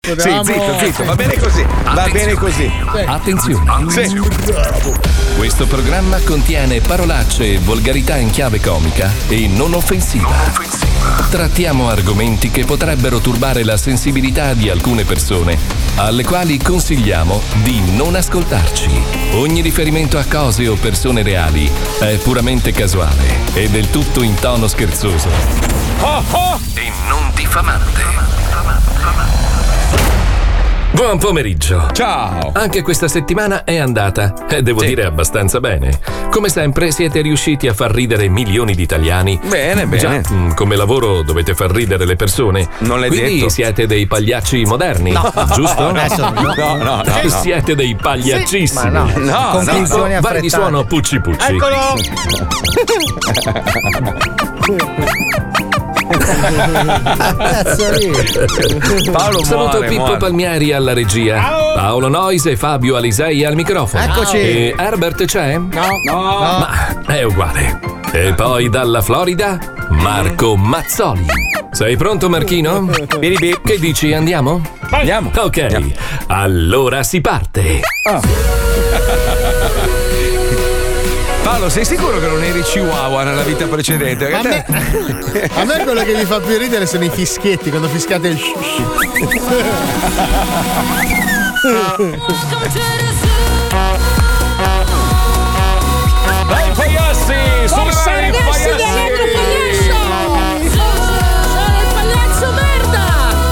Sì, zitto, va bene così. Va bene così. Attenzione. Sì. Questo programma contiene parolacce e volgarità in chiave comica e non offensiva. Trattiamo argomenti che potrebbero turbare la sensibilità di alcune persone, alle quali consigliamo di non ascoltarci. Ogni riferimento a cose o persone reali è puramente casuale e del tutto in tono scherzoso. E non diffamante. Buon pomeriggio. Ciao. Anche questa settimana è andata e devo dire abbastanza bene. Come sempre siete riusciti a far ridere milioni di italiani. Bene. Già, come lavoro dovete far ridere le persone. Non l'hai Quindi detto. Siete dei pagliacci moderni, giusto? No. Siete dei pagliaccissimi. No. Conclusioni Vai di suono Pucci Pucci. Eccolo! Paolo Saluto Pippo muore. Palmieri alla regia. Paolo Noise e Fabio Alisei al microfono. Eccoci. E Herbert c'è? No. Ma è uguale. E poi dalla Florida, Marco Mazzoli. Sei pronto, Marchino? Che dici, andiamo? Andiamo. Ok, allora si parte. Paolo, sei sicuro che non eri Chihuahua nella vita precedente? A me quello che mi fa più ridere sono i fischietti, quando fischiate il Dai pagliassi! Forza Dai ragazzi di Allegro Pagliaccio! Sono il pagliaccio merda!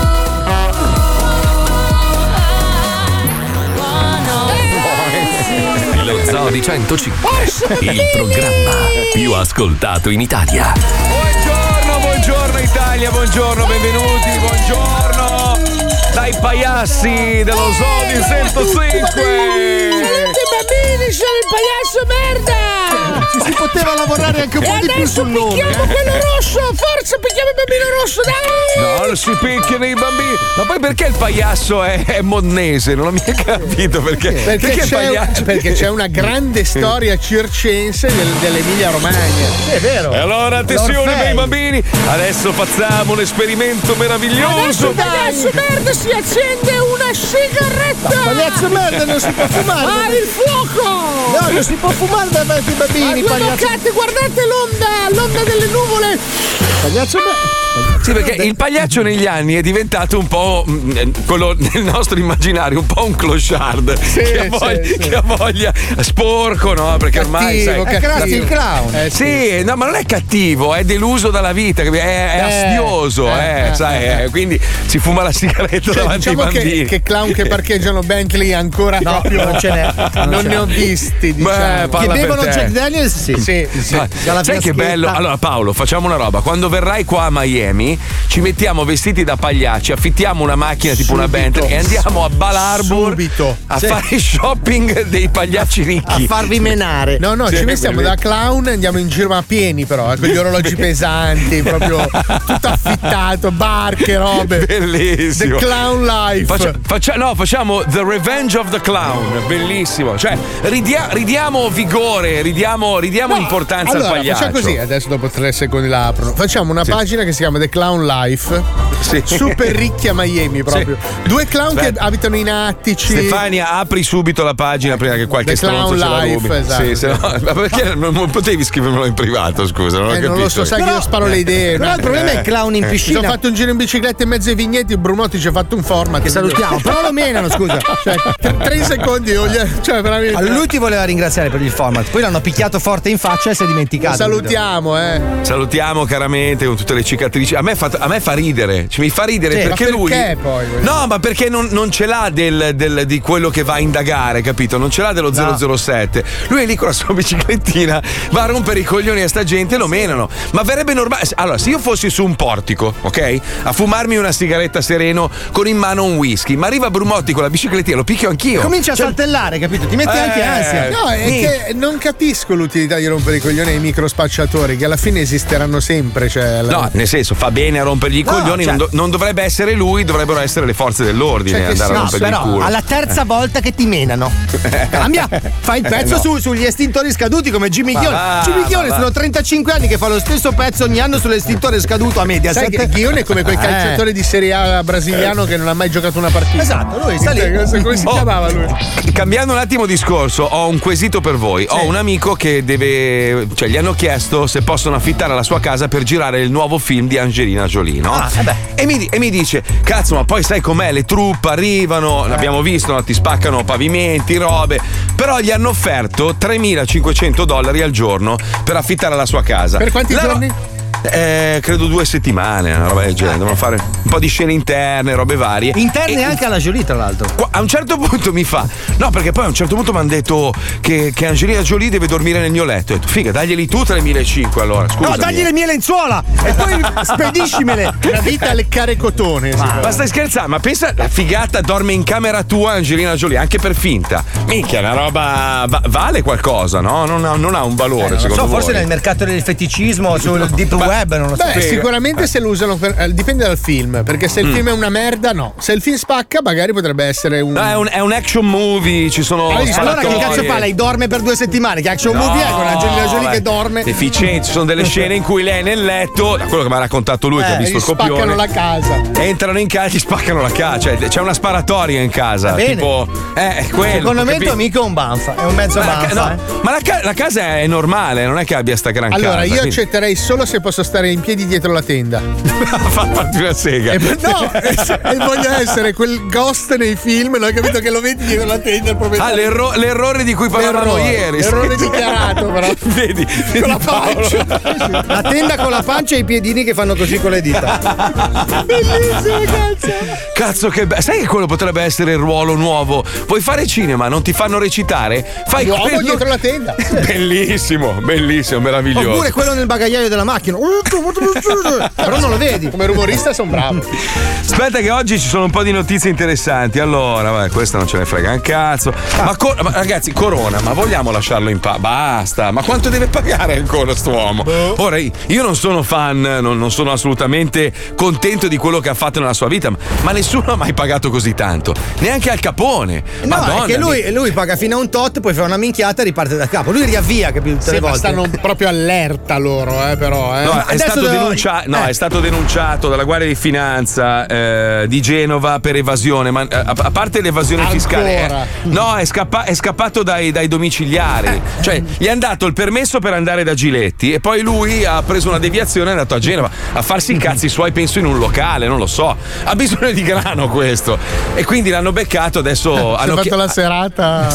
Lo Zoo di 105, il programma più ascoltato in Italia. Buongiorno Italia, buongiorno, benvenuti, buongiorno dai pagliassi dello Zoo di 105. Tutti bambini, sono il pagliaccio merda! si poteva lavorare anche un po' di più sul nome. Picchiamo quello rosso, forza, picchiamo il bambino rosso, dai! No, non si picchiano i bambini. Ma poi perché il pagliasso è monnese? Non ho mica capito perché. Perché il pagliaccio? perché c'è una grande storia circense dell'Emilia Romagna. È vero. E allora attenzione L'Orfei. miei bambini, adesso facciamo un esperimento Adesso meraviglioso. il pagliaccio merda si accende una sigaretta! Pagliaccio merda, non si può fumare. Ah, il fuoco! No, non si può fumare davanti ai A bambini. due Pagliaccio, boccate, guardate l'onda delle nuvole! pagliaccio merda. Sì, perché il pagliaccio negli anni è diventato un po' quello nel nostro immaginario, un po' un clochard che ha voglia sporco, no? Perché ormai sai, Cattivo, È grazie il clown. sì, no, ma non è cattivo, è deluso dalla vita, è astioso, sai, quindi si fuma la sigaretta Cioè, davanti diciamo ai bambini. che clown che parcheggiano Bentley ancora No, proprio non ce n'è. non ne ho visti, diciamo. Beh, parla Che per bevono te. Jack Daniels? Sì. Dalla Sai che fiaschetta. bello? Allora Paolo, facciamo una roba. Quando verrai qua a Miami, ci mettiamo vestiti da pagliacci, affittiamo una macchina tipo una Bentley e andiamo a Bal Harbour Subito. a fare shopping dei pagliacci A ricchi. farvi menare. No, ci mettiamo da clown e andiamo in giro ma pieni però, con gli orologi pesanti, proprio tutto affittato, barche, robe. Bellissimo. The Clown Life. Facciamo The Revenge of the Clown. Bellissimo. Cioè, ridiamo vigore, ridiamo importanza Allora, al pagliaccio. facciamo così, adesso dopo 3 secondi la aprono. Facciamo una pagina che si chiama The Clown Life. Sì. Super ricchi a Miami proprio. Due clown che abitano in attici. Stefania, apri subito la pagina prima che qualche The stronzo Clown ce la Life, rubi. esatto. Sì, se no, ma perché non potevi scrivermelo in privato, scusa, non ho capito. Non lo so, sai che io sparo le idee. Però il problema è il clown in Mi piscina. sono fatto un giro in bicicletta in mezzo ai vigneti. Brunotti ci ha fatto un format. Che salutiamo. Però lo menano, scusa. Cioè, 3 secondi. Cioè, veramente. Allora, lui ti voleva ringraziare per il format, poi l'hanno picchiato forte in faccia e si è dimenticato. Salutiamo, Salutiamo caramente con tutte le cicatrici. A me fa ridere, mi fa ridere Sì, perché ma lui. perché poi? No, ma perché non ce l'ha di quello che va a indagare, capito? Non ce l'ha dello 007. Lui è lì con la sua biciclettina, va a rompere i coglioni a sta gente e lo menano. Ma verrebbe normale. Allora, se io fossi su un portico, ok? A fumarmi una sigaretta sereno con in mano un whisky, ma arriva Brumotti con la biciclettina, lo picchio anch'io. Comincia a saltellare, capito? Ti metti anche ansia. No, è che non capisco l'utilità di rompere i coglioni ai microspacciatori, che alla fine esisteranno sempre. Cioè, No, nel senso, senso, fa bene a rompergli i coglioni, non dovrebbe essere lui, dovrebbero essere le forze dell'ordine andare a rompergli il culo. Alla terza volta che ti menano, cambia, fai il pezzo sugli estintori scaduti come Jimmy Ghione. Jimmy Ghione sono 35 anni che fa lo stesso pezzo ogni anno sull'estintore scaduto a media. Sai che Ghione è come quel calciatore di Serie A brasiliano che non ha mai giocato una partita. Esatto, lui sta lì. Come si chiamava lui? Cambiando un attimo discorso, ho un quesito per voi. Ho un amico che gli hanno chiesto se possono affittare la sua casa per girare il nuovo film di Angelina Jolie, no? E mi dice, cazzo, ma poi sai com'è, le troupe arrivano, l'abbiamo visto, no? Ti spaccano pavimenti, robe, però gli hanno offerto $3.500 al giorno per affittare la sua casa. Per quanti giorni? Credo 2 settimane, una roba del genere. Devono fare un po' di scene interne, robe varie. Interne anche alla Jolie, tra l'altro. A un certo punto mi fa, no, perché poi a un certo punto mi hanno detto che Angelina Jolie deve dormire nel mio letto. Ho detto, figa, daglieli tu $3.500 allora. Scusa. No, dagli le mie lenzuola e poi spediscimele. Una vita a leccare cotone. Ma stai scherzando? Ma pensa, la figata dorme in camera tua Angelina Jolie, anche per finta. Minchia, una roba vale qualcosa, no? Non ha un valore, secondo voi. Forse nel mercato del feticismo, sul deep web, non lo so. Sicuramente se lo usano dipende dal film, perché se il film è una merda, no. Se il film spacca, magari potrebbe essere un. No, è un action movie, ci sono. Allora che cazzo fa? Lei dorme per 2 settimane? Che action movie è con Angelina Jolie che dorme? Deficienti, ci sono delle scene in cui lei è nel letto, da quello che mi ha raccontato lui, che ha visto il copione. Spaccano la casa. Entrano in casa e gli spaccano la casa. Cioè, c'è una sparatoria in casa. Tipo. È quello. Secondo me il tuo amico è un banfa, è un mezzo banfa. Ma la casa è normale, non è che abbia sta gran casa. Allora, io accetterei solo se posso stare in piedi dietro la tenda. Farti una sega. No, e voglio essere quel ghost nei film, no? Hai capito che lo vedi dietro la tenda. L'errore di cui parlavamo ieri. Errore dichiarato, però. Vedi con la pancia. La tenda con la pancia e i piedini che fanno così con le dita. Bellissimo, cazzo. Cazzo, che bello. Sai che quello potrebbe essere il ruolo nuovo? Vuoi fare cinema, non ti fanno recitare? Fai l'uomo dietro la tenda. Bellissimo, meraviglioso. Oppure quello nel bagagliaio della macchina. Però non lo vedi. Come rumorista sono bravo. Aspetta che oggi ci sono un po' di notizie interessanti. Allora, vabbè, questa non ce ne frega un cazzo. Ma ragazzi, Corona, ma vogliamo lasciarlo in pace? Basta. Ma quanto deve pagare ancora st'uomo? Ora, io non sono fan, non sono assolutamente contento di quello che ha fatto nella sua vita, ma nessuno ha mai pagato così tanto. Neanche Al Capone. No, Madonna, è che lui paga fino a un tot, poi fa una minchiata e riparte da capo. Lui riavvia, capito? Tutte le volte. Stanno proprio allerta loro, però. No, è stato denunciato dalla Guardia di Finanza di Genova per evasione, ma a parte l'evasione fiscale, no, è scappato dai domiciliari. Cioè, gli hanno dato il permesso per andare da Giletti e poi lui ha preso una deviazione e è andato a Genova a farsi i cazzi suoi, penso in un locale, non lo so. Ha bisogno di grano questo. E quindi l'hanno beccato, adesso hanno fatto la serata.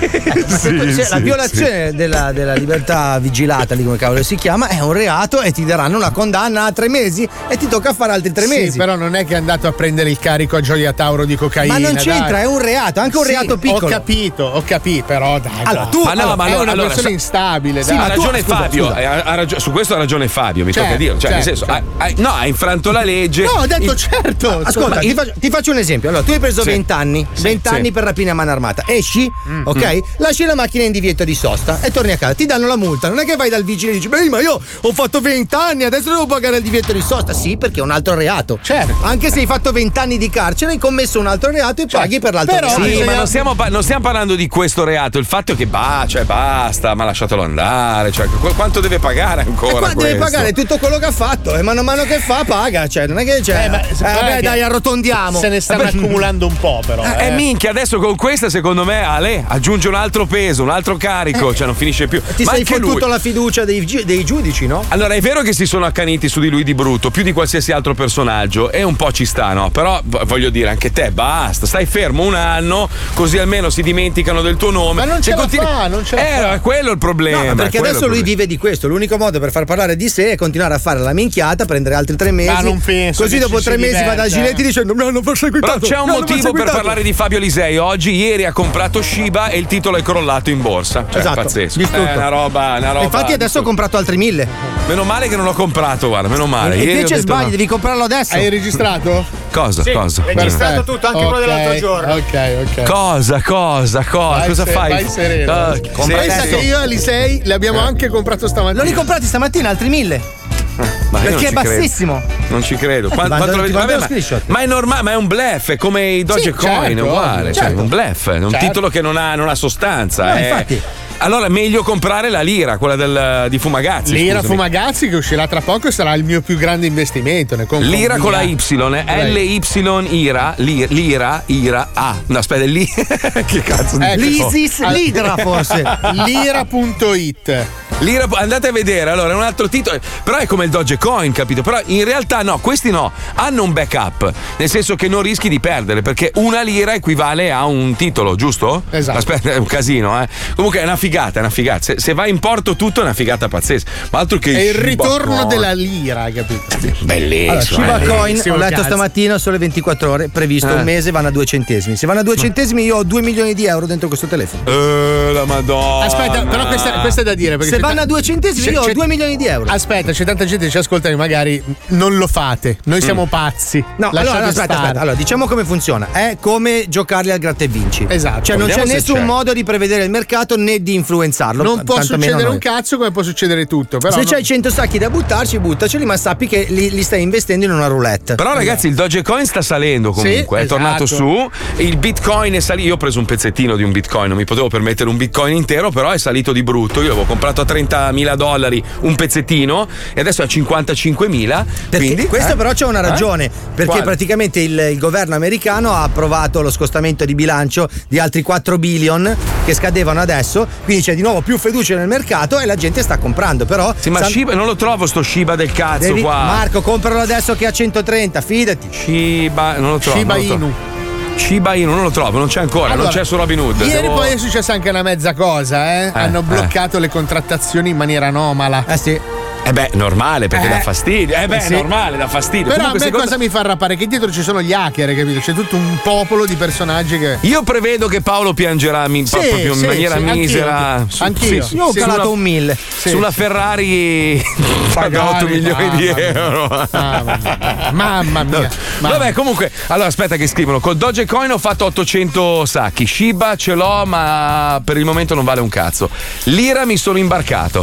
La violazione della libertà vigilata, lì come cavolo si chiama, è un reato e ti daranno una condanna a 3 mesi e ti tocca fare altri 3 mesi. Però non è che è andato a prendere il carico a Gioia Tauro di cocaina. Ma non c'entra, è un reato, anche un reato piccolo. Ho capito, però dai. Allora, tu è una persona instabile. Sì, ha ragione Fabio. Su questo ha ragione Fabio, mi tocca dirlo. Cioè, nel senso, ha infranto la legge. No, ho detto certo. Ascolta, ti faccio un esempio. Allora, tu hai preso 20 anni, 20 anni per rapina a mano armata. Esci, ok? Lasci la macchina in divieto di sosta e torni a casa. Ti danno la multa. Non è che vai dal vigile e dici, beh, ma io ho fatto 20 anni, adesso devo pagare il divieto di sosta. Sì, perché è un altro reato. Certo. Anche se hai fatto 20 anni di carcere, hai commesso un altro reato e paghi per l'altro reato. Sì, ma non stiamo parlando di questo reato. Il fatto è che basta, ma lasciatelo andare. Cioè, quanto deve pagare ancora? Deve pagare tutto quello che ha fatto e mano a mano che fa paga. Cioè, non è che dai, arrotondiamo. Se ne stanno accumulando un po', però. Minchia, adesso con questa, secondo me, Ale aggiunge un altro peso, un altro carico, cioè non finisce più. Ti sei fottuto la fiducia dei giudici, no? Allora, è vero che si sono accaniti su di lui di brutto, più di qualsiasi altro personaggio, e un po' ci sta, no? Però voglio dire, anche te, basta, stai fermo un anno, così almeno si dimenticano del tuo nome. Ma non ce la fa. È quello il problema. No, perché adesso lui vive di questo. L'unico modo per far parlare di sé è continuare a fare la minchiata, prendere altri 3 mesi. Ma non penso. Così dopo 3 mesi va da Giletti dicendo mi hanno perseguitato. Però c'è un motivo per parlare di Fabio Lisei. Oggi, ieri ha comprato Shiba e il titolo è crollato in borsa. Cioè, esatto, pazzesco. Una roba. Infatti adesso ho comprato altri 1000. Meno male che non l'ho comprato, guarda, meno male. E invece sbagli, devi comprarlo adesso. Hai registrato? Cosa? Sì, cosa? Registrato tutto, anche quello dell'altro giorno. Ok. Cosa? Cosa fai? Vai sereno. Pensa che io e Alisei li abbiamo anche comprato stamattina. L'ho ricomprati stamattina, altri 1000. Ma io perché è non ci credo. bassissimo. Non ci credo. Ti mando lo screenshot. Ma è normale, ma è un bluff, è come i Dogecoin, certo, è uguale. certo. Cioè, un bluff, è un titolo che non ha sostanza. No, infatti. Allora, meglio comprare la lira, quella di Fumagazzi. Lira scusami. Fumagazzi che uscirà tra poco sarà il mio più grande investimento. Ne compro Lira un con la Y, miliardo. Lira, Ira, no aspetta, lì. Che cazzo di L'ISIS, l'Idra forse. Lira.it. Lira, andate a vedere, allora è un altro titolo, però è come il Dogecoin, capito? Però in realtà no, questi no, hanno un backup, nel senso che non rischi di perdere, perché una lira equivale a un titolo, giusto? Esatto. Aspetta, è un casino, Comunque è una figata, Se va in porto tutto è una figata pazzesca. Ma altro che È il Shiba ritorno Coin. della lira, capito? Bellissimo. Shiba Coin, ho bellissimo, letto cazzo. stamattina sole 24 ore, previsto un mese, vanno a 2 centesimi. Se vanno a 2 centesimi io ho 2 milioni di euro dentro questo telefono. La Madonna. Aspetta, però questa è da dire. Perché Se c'è vanno a 2 centesimi io ho 2 milioni di euro. Aspetta, c'è tanta gente che ci ascolta e magari non lo fate. Noi siamo pazzi. No, Lasciate allora aspetta. stare. Allora, diciamo come funziona. È come giocarli al gratta e vinci. Esatto. Cioè, non c'è Vediamo se nessun c'è. modo di prevedere il mercato né di influenzarlo. Non può tantomeno succedere noi. un cazzo come può succedere tutto. Però Se no- c'hai 100 sacchi da buttarci, buttaceli, ma sappi che li stai investendo in una roulette. Però ragazzi il Dogecoin sta salendo comunque, Sì, è tornato esatto. su, il Bitcoin è salito, io ho preso un pezzettino di un Bitcoin, non mi potevo permettere un Bitcoin intero, però è salito di brutto, io avevo comprato a $30.000 un pezzettino e adesso è a 55.000, Perché quindi questo però c'è una ragione, perché Quale? praticamente il governo americano ha approvato lo scostamento di bilancio di altri 4 billion che scadevano adesso, quindi c'è di nuovo più fiducia nel mercato e la gente sta comprando, però Sì, ma Shiba, non lo trovo sto Shiba del cazzo qua. Marco, compralo adesso che è a 130, fidati. Shiba, non lo trovo. Shiba non lo trovo. Inu. Shiba Inu, non lo trovo, non c'è ancora, non c'è su Robinhood. Ieri poi è successa anche una mezza cosa, Hanno bloccato le contrattazioni in maniera anomala. Sì. Eh beh, normale, perché dà fastidio. sì. normale, dà fastidio. Però Comunque, a me cosa mi fa arrapare? Che dietro ci sono gli hacker, capito? C'è tutto un popolo di personaggi che. Io prevedo che Paolo piangerà proprio in maniera misera. Anch'io. Io ho calato un 1000. Sulla Ferrari paga 8 milioni di euro. Mamma mia. Vabbè, comunque, allora aspetta che scrivono: col Dogecoin ho fatto 800 sacchi. Shiba ce l'ho, ma per il momento non vale un cazzo. Lira mi sono imbarcato.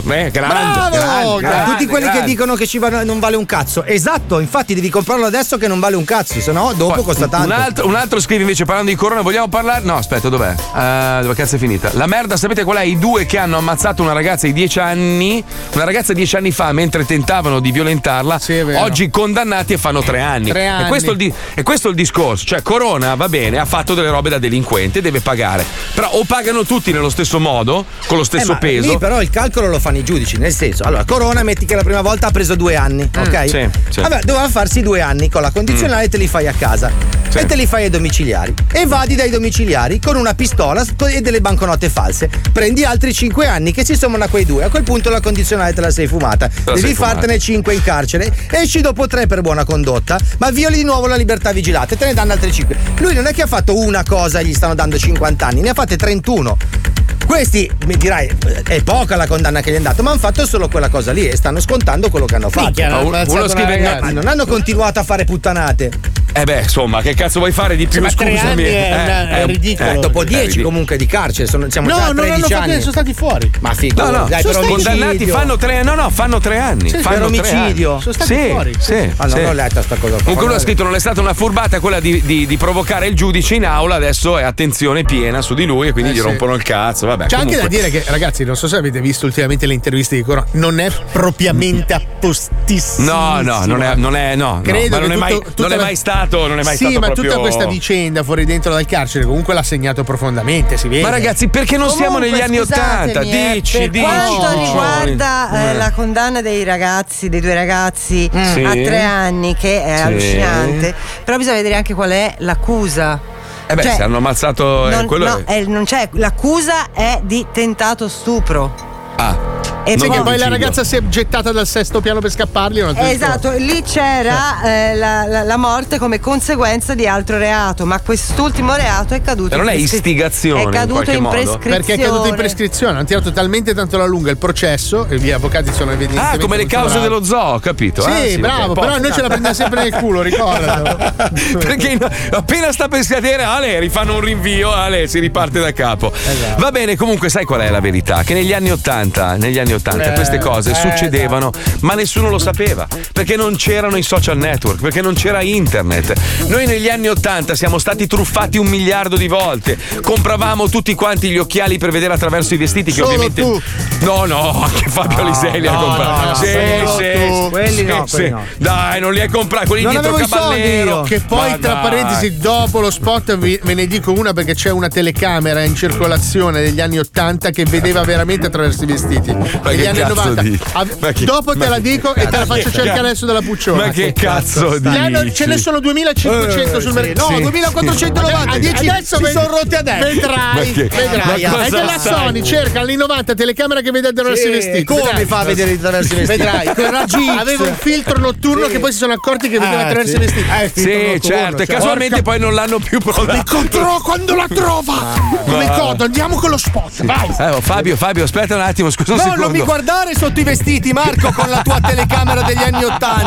Grande. Tutti quelli che dicono che non vale un cazzo. Esatto, infatti devi comprarlo adesso che non vale un cazzo, se no dopo costa tanto. Un altro scrive invece parlando di corona, vogliamo parlare? No, aspetta, dov'è? Dove cazzo è finita? La merda, sapete qual è? I due che hanno ammazzato una ragazza di 10 anni, una ragazza 10 anni fa mentre tentavano di violentarla, Sì, è vero. oggi condannati e fanno 3 anni. 3 anni. E questo è il discorso, cioè Corona va bene, ha fatto delle robe da delinquente, deve pagare. Però o pagano tutti nello stesso modo, con lo stesso Ma peso. lì però il calcolo lo fanno i giudici, nel senso, allora Corona metti che la prima volta ha preso 2 anni, ok? sì. Vabbè, doveva farsi 2 anni con la condizionale, te li fai a casa e te li fai ai domiciliari. Evadi dai domiciliari con una pistola e delle banconote false. Prendi altri 5 anni che si sommano a quei 2. A quel punto la condizionale te la sei fumata. Devi fartene 5 in carcere. Esci dopo 3 per buona condotta, ma violi di nuovo la libertà vigilata e te ne danno altri 5. Lui non è che ha fatto una cosa e gli stanno dando 50 anni, ne ha fatte 31. Questi mi dirai è poca la condanna che gli hanno dato, ma hanno fatto solo quella cosa lì e stanno scontando quello che hanno fatto. Uno scrive Ma non hanno continuato a fare puttanate. Insomma, che cazzo vuoi fare di più? Ma 3 Scusami. anni è ridicolo. Dopo 10 ridicolo. comunque di carcere siamo già a 13 anni. Sono stati fuori. Ma figo, No, dai, sono per condannati, omicidio. fanno 3 anni. No, fanno 3 anni. Per Fanno 3 omicidio. anni. Sono stati fuori. Sì. Ah, non ho letto sta cosa. Comunque lui ha scritto: non è stata una furbata quella di provocare il giudice in aula, adesso è attenzione piena su di lui e quindi gli rompono il cazzo. Vabbè, C'è comunque. anche da dire che, ragazzi, non so se avete visto ultimamente le interviste di Corona, non è propriamente appostissimo. No, non è no. Credo Ma non che è mai, tutto- non è mai stato. Non è mai stato ma proprio. tutta questa vicenda fuori dentro dal carcere comunque l'ha segnato profondamente, si vede. Ma ragazzi, perché non siamo Comunque, negli anni scusatemi, 80? Dici. per quanto riguarda la condanna dei due ragazzi Sì. a 3 anni, che è Sì. allucinante, però bisogna vedere anche qual è l'accusa. Se hanno ammazzato. Non c'è, l'accusa è di tentato stupro. E Sì, poi- che poi la ragazza si è gettata dal 6º piano per scapparli. Esatto, lì c'era la morte come conseguenza di altro reato, ma quest'ultimo reato è caduto. Non è istigazione, è caduto in in qualche modo? prescrizione. Perché è caduto in prescrizione, hanno tirato talmente tanto la lunga il processo e gli avvocati sono evidentemente. Come le cause dello zoo, capito? Sì, bravo, ok, però noi ce la prendiamo sempre nel culo, ricordalo. Perché appena sta per scadere, rifanno un rinvio, si riparte da capo. Esatto. Va bene, comunque sai qual è la verità? Che negli anni 80 '80 queste cose succedevano, ma nessuno lo sapeva, perché non c'erano i social network, perché non c'era internet. Noi negli anni '80 siamo stati truffati 1 miliardo di volte, compravamo tutti quanti gli occhiali per vedere attraverso i vestiti che Solo ovviamente tu. No, anche Fabio Alisei li ha comprati. Quelli no. Dai, non li hai comprati, quelli Non dietro avevo i soldi Caballero. io. Che poi, Ma tra dai. parentesi, dopo lo spot ve ne dico una, perché c'è una telecamera in circolazione degli anni '80 che vedeva veramente attraverso i vestiti. Negli che anni cazzo 90. dici? Dopo te la dico e te la faccio cercare adesso dalla Puccione. Ma che cazzo dici? Ce ne sono 2500 sul mercato. No, 2490. Adesso si sono rotti adesso. Vedrai. Ma cosa È della sai? Sony, cerca anni 90 telecamera che vede attraverso i vestiti. Come Vedrai. fa a vedere attraverso i vestiti? Vedrai. Con raggi X. Aveva un filtro notturno che poi si sono accorti che vedeva attraverso i vestiti. Sì, certo, e casualmente poi non l'hanno più provato. Quando la trova come codo, andiamo con lo spot. Vai. Fabio, aspetta un attimo, scusa un No, secondo. non mi guardare sotto i vestiti, Marco, con la tua telecamera degli anni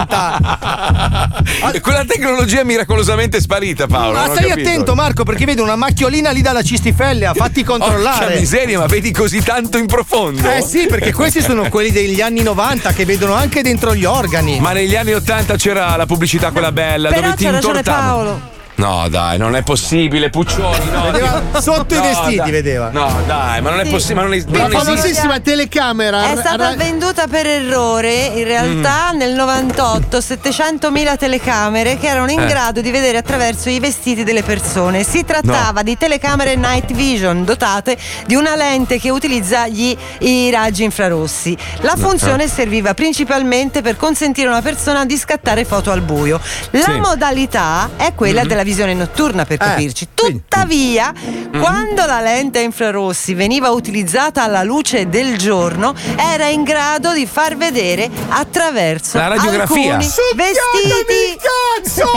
'80. Quella tecnologia è miracolosamente sparita, Paolo. Ma non ho stai capito. attento, Marco, perché vedo una macchiolina lì dalla cistifellea. Fatti Porca controllare. miseria, ma vedi così tanto in profondo? Sì, perché questi sono quelli degli anni '90 che vedono anche dentro gli organi. Ma negli anni '80 c'era la pubblicità quella bella Però dove ti c'ha ragione intortavano. Paolo. No, dai, non è possibile, Puccioni. No, Vedeva sotto i vestiti, dai. vedeva. No, dai, ma non è possibile. Non La esiste. famosissima telecamera È stata venduta per errore, in realtà nel 98 700.000 telecamere che erano in grado di vedere attraverso i vestiti delle persone. Si trattava di telecamere night vision dotate di una lente che utilizza i raggi infrarossi. La funzione serviva principalmente per consentire a una persona di scattare foto al buio. La modalità è quella della visione notturna, per capirci. Tuttavia, quando la lente a infrarossi veniva utilizzata alla luce del giorno, era in grado di far vedere attraverso La radiografia. alcuni vestiti. Cazzo!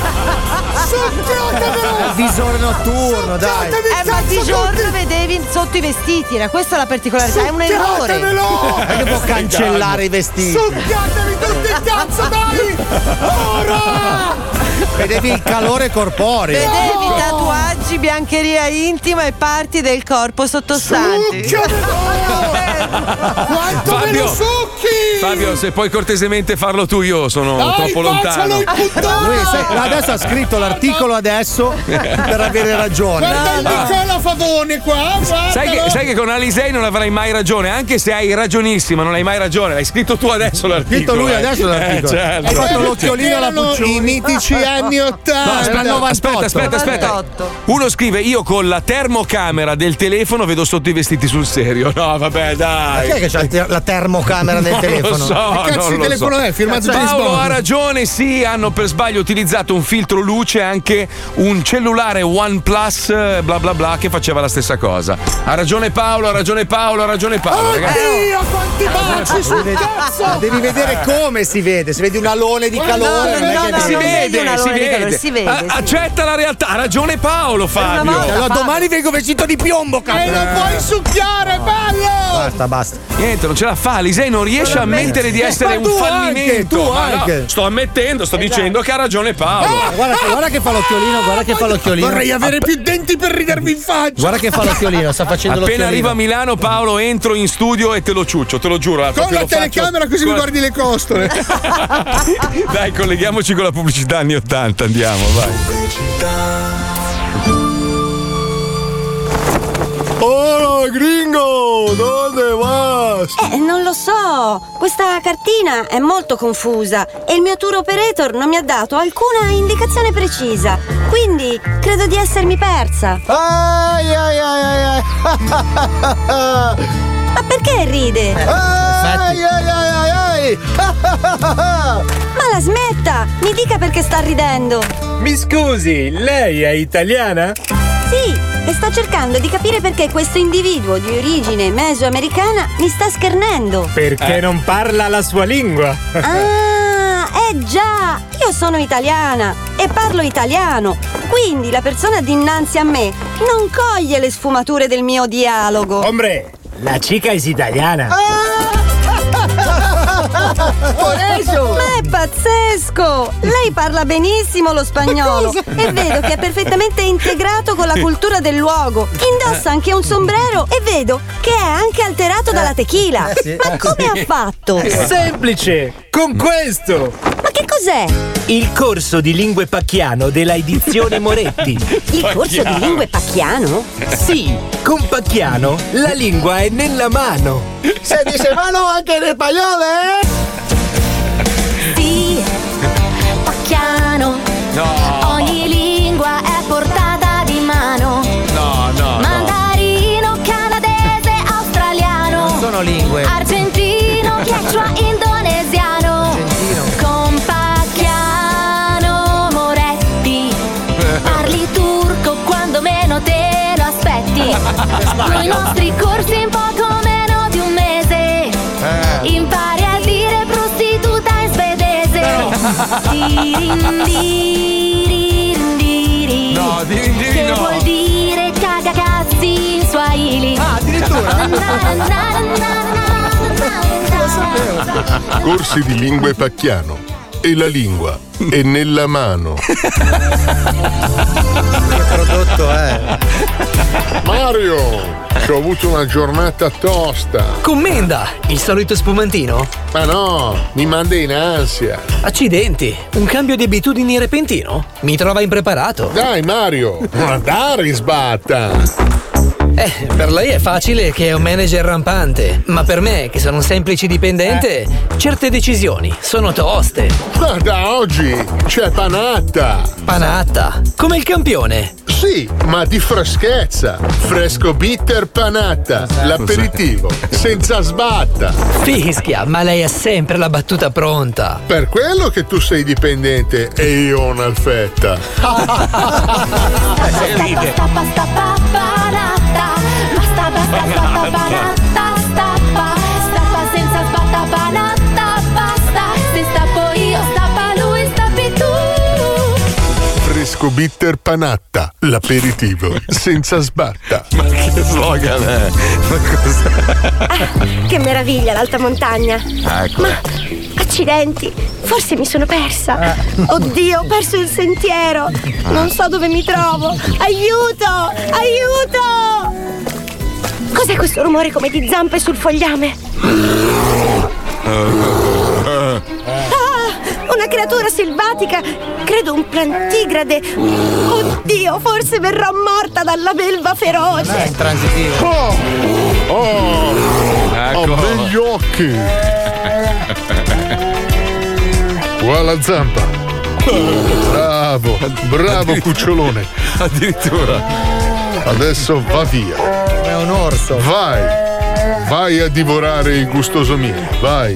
Il visore notturno, dai. Ma di giorno vedevi sotto i vestiti, era questa la particolarità, è un errore. Perché può cancellare i vestiti? Succhiatevi tutti il cazzo, dai! Ora! Vedevi il calore corporeo. Vedevi tatuaggi, biancheria intima e parti del corpo sottostanti. Quanto me lo succhi! Fabio, se puoi cortesemente farlo tu, io sono troppo lontano. Lui adesso ha scritto l'articolo adesso per avere ragione. Guarda il Nicola Favone qua, Sai che con Alisei non avrai mai ragione, anche se hai ragionissima, non hai mai ragione. L'hai scritto tu adesso l'articolo. Scritto lui adesso l'articolo. Certo. Hai fatto l'occhiolino alla Puccioni. I mitici anni No, 80. aspetta. Uno scrive: io con la termocamera del telefono vedo sotto i vestiti sul serio. No, vabbè, dai. Chi è che c'ha la termocamera nel telefono? Non lo so, Che cazzo di telefono è? Firmato James Paolo Bond. ha ragione, sì, hanno per sbaglio utilizzato un filtro luce anche un cellulare OnePlus bla bla bla che faceva la stessa cosa. Ha ragione Paolo, ragazzi. Oddio, quanti baci sul cazzo! Devi vedere come si vede. Si vede un alone di calore. non è che Si non vedi una vede, si luna di calore, vede. si vede, si Accetta la realtà, ha ragione Paolo, Fabio. volta. Allora domani vengo vestito di piombo, E cazzo. non puoi succhiare, bello! Basta. Niente, non ce la fa. Lisei non riesce a ammettere di essere Ma un tu fallimento. anche, tu Ma no, anche. sto ammettendo, sto dicendo che ha ragione Paolo. Guarda che fa l'occhiolino, Vorrei avere più denti per ridermi in faccia! Guarda che fa l'occhiolino, sta facendo Appena l'occhiolino. arriva a Milano, Paolo, entro in studio e te lo ciuccio, te lo giuro. Con proprio la lo faccio- telecamera così mi guardi le costole! Dai, colleghiamoci con la pubblicità anni 80, andiamo, vai. Oh, gringo, dove vas? Non lo so, questa cartina è molto confusa e il mio tour operator non mi ha dato alcuna indicazione precisa, quindi credo di essermi persa. Ai. Ma perché ride? Ai. Ma la smetta, mi dica perché sta ridendo. Mi scusi, lei è italiana? Sì, e sto cercando di capire perché questo individuo di origine mesoamericana mi sta schernendo. Perché non parla la sua lingua? Ah, già, io sono italiana e parlo italiano, quindi la persona dinanzi a me non coglie le sfumature del mio dialogo. Hombre, la chica es italiana. Por eso! Ma è pazzesco! Lei parla benissimo lo spagnolo e vedo che è perfettamente integrato con la cultura del luogo. Indossa anche un sombrero e vedo che è anche alterato dalla tequila. Ma come ha fatto? È semplice! Con questo! Ma che cos'è? Il corso di lingue pacchiano della edizione Moretti. Il corso di lingue pacchiano? Sì, con pacchiano la lingua è nella mano. Se dice mano anche in spagnolo, Sì, pacchiano. No. Ogni lingua è portata di mano. No. Mandarino, canadese, australiano. Non sono lingue. Argentino, quechua, indonesiano. Con pacchiano Moretti. Parli turco quando meno te lo aspetti. Con i nostri corsi in poco meno di un mese. Impari a dire prostituta in svedese. Dirindiri. No, dirindiri che no. vuol dire cagacazzi in swahili. Addirittura? Corsi di lingue pacchiano. E la lingua è nella mano. Che prodotto è? Mario, ci ho avuto una giornata tosta. Commenda, il solito spumantino? Ma no, mi manda in ansia. Accidenti, un cambio di abitudini repentino? Mi trova impreparato. Dai Mario, ma dai, sbatta. Per lei è facile che è un manager rampante, ma per me, che sono un semplice dipendente, certe decisioni sono toste. Ma da oggi c'è panatta. Panatta? Come il campione? Sì, ma di freschezza. Fresco bitter panatta, l'aperitivo, senza sbatta. Fischia, ma lei ha sempre la battuta pronta. Per quello che tu sei dipendente e io ho un'alfetta. Stappa, panatta. Basta, stappa, panatta, stappa senza sbatta, panatta, basta. Se stappo io, stappa lui, stappi tu. Fresco bitter panatta, l'aperitivo, senza sbatta. Ma che slogan è? Che meraviglia l'alta montagna. Ecco. Ma accidenti, forse mi sono persa. Oddio, ho perso il sentiero. Non so dove mi trovo. Aiuto! Aiuto! Cos'è questo rumore come di zampe sul fogliame? Una creatura selvatica. Credo un plantigrade. Oddio, forse verrò morta dalla belva feroce. È transitivo. Ho begli occhi. Qua la zampa. Bravo cucciolone. Addirittura. Adesso va via. È un orso. Vai a divorare il gustoso miele. Vai.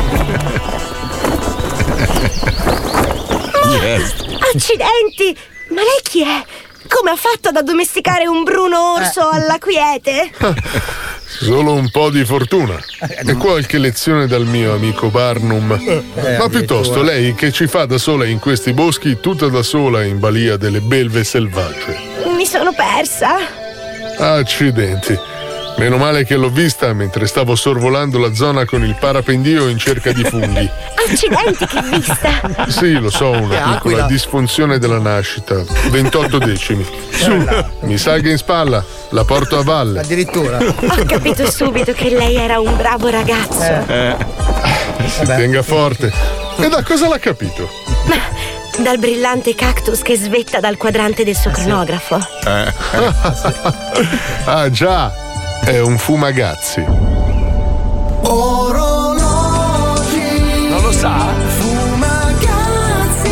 Accidenti! Ma lei chi è? Come ha fatto ad addomesticare un bruno orso alla quiete? Solo un po' di fortuna e qualche lezione dal mio amico Barnum. Ma piuttosto lei che ci fa da sola in questi boschi, tutta da sola in balia delle belve selvagge. Mi sono persa. Accidenti. Meno male che l'ho vista mentre stavo sorvolando la zona con il parapendio in cerca di funghi. Accidenti, che vista! Sì, lo so, una piccola disfunzione della nascita. 28 decimi. Su, mi salga in spalla, la porto a valle. Addirittura. Ho capito subito che lei era un bravo ragazzo. Si tenga forte. E da cosa l'ha capito? Ma dal brillante cactus che svetta dal quadrante del suo cronografo. Ah già, è un fumagazzi. Orologi. Non lo sa? Fumagazzi.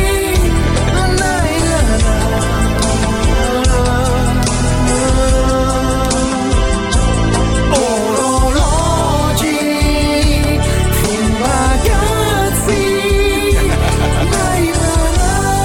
Orologi. Fumagazzi.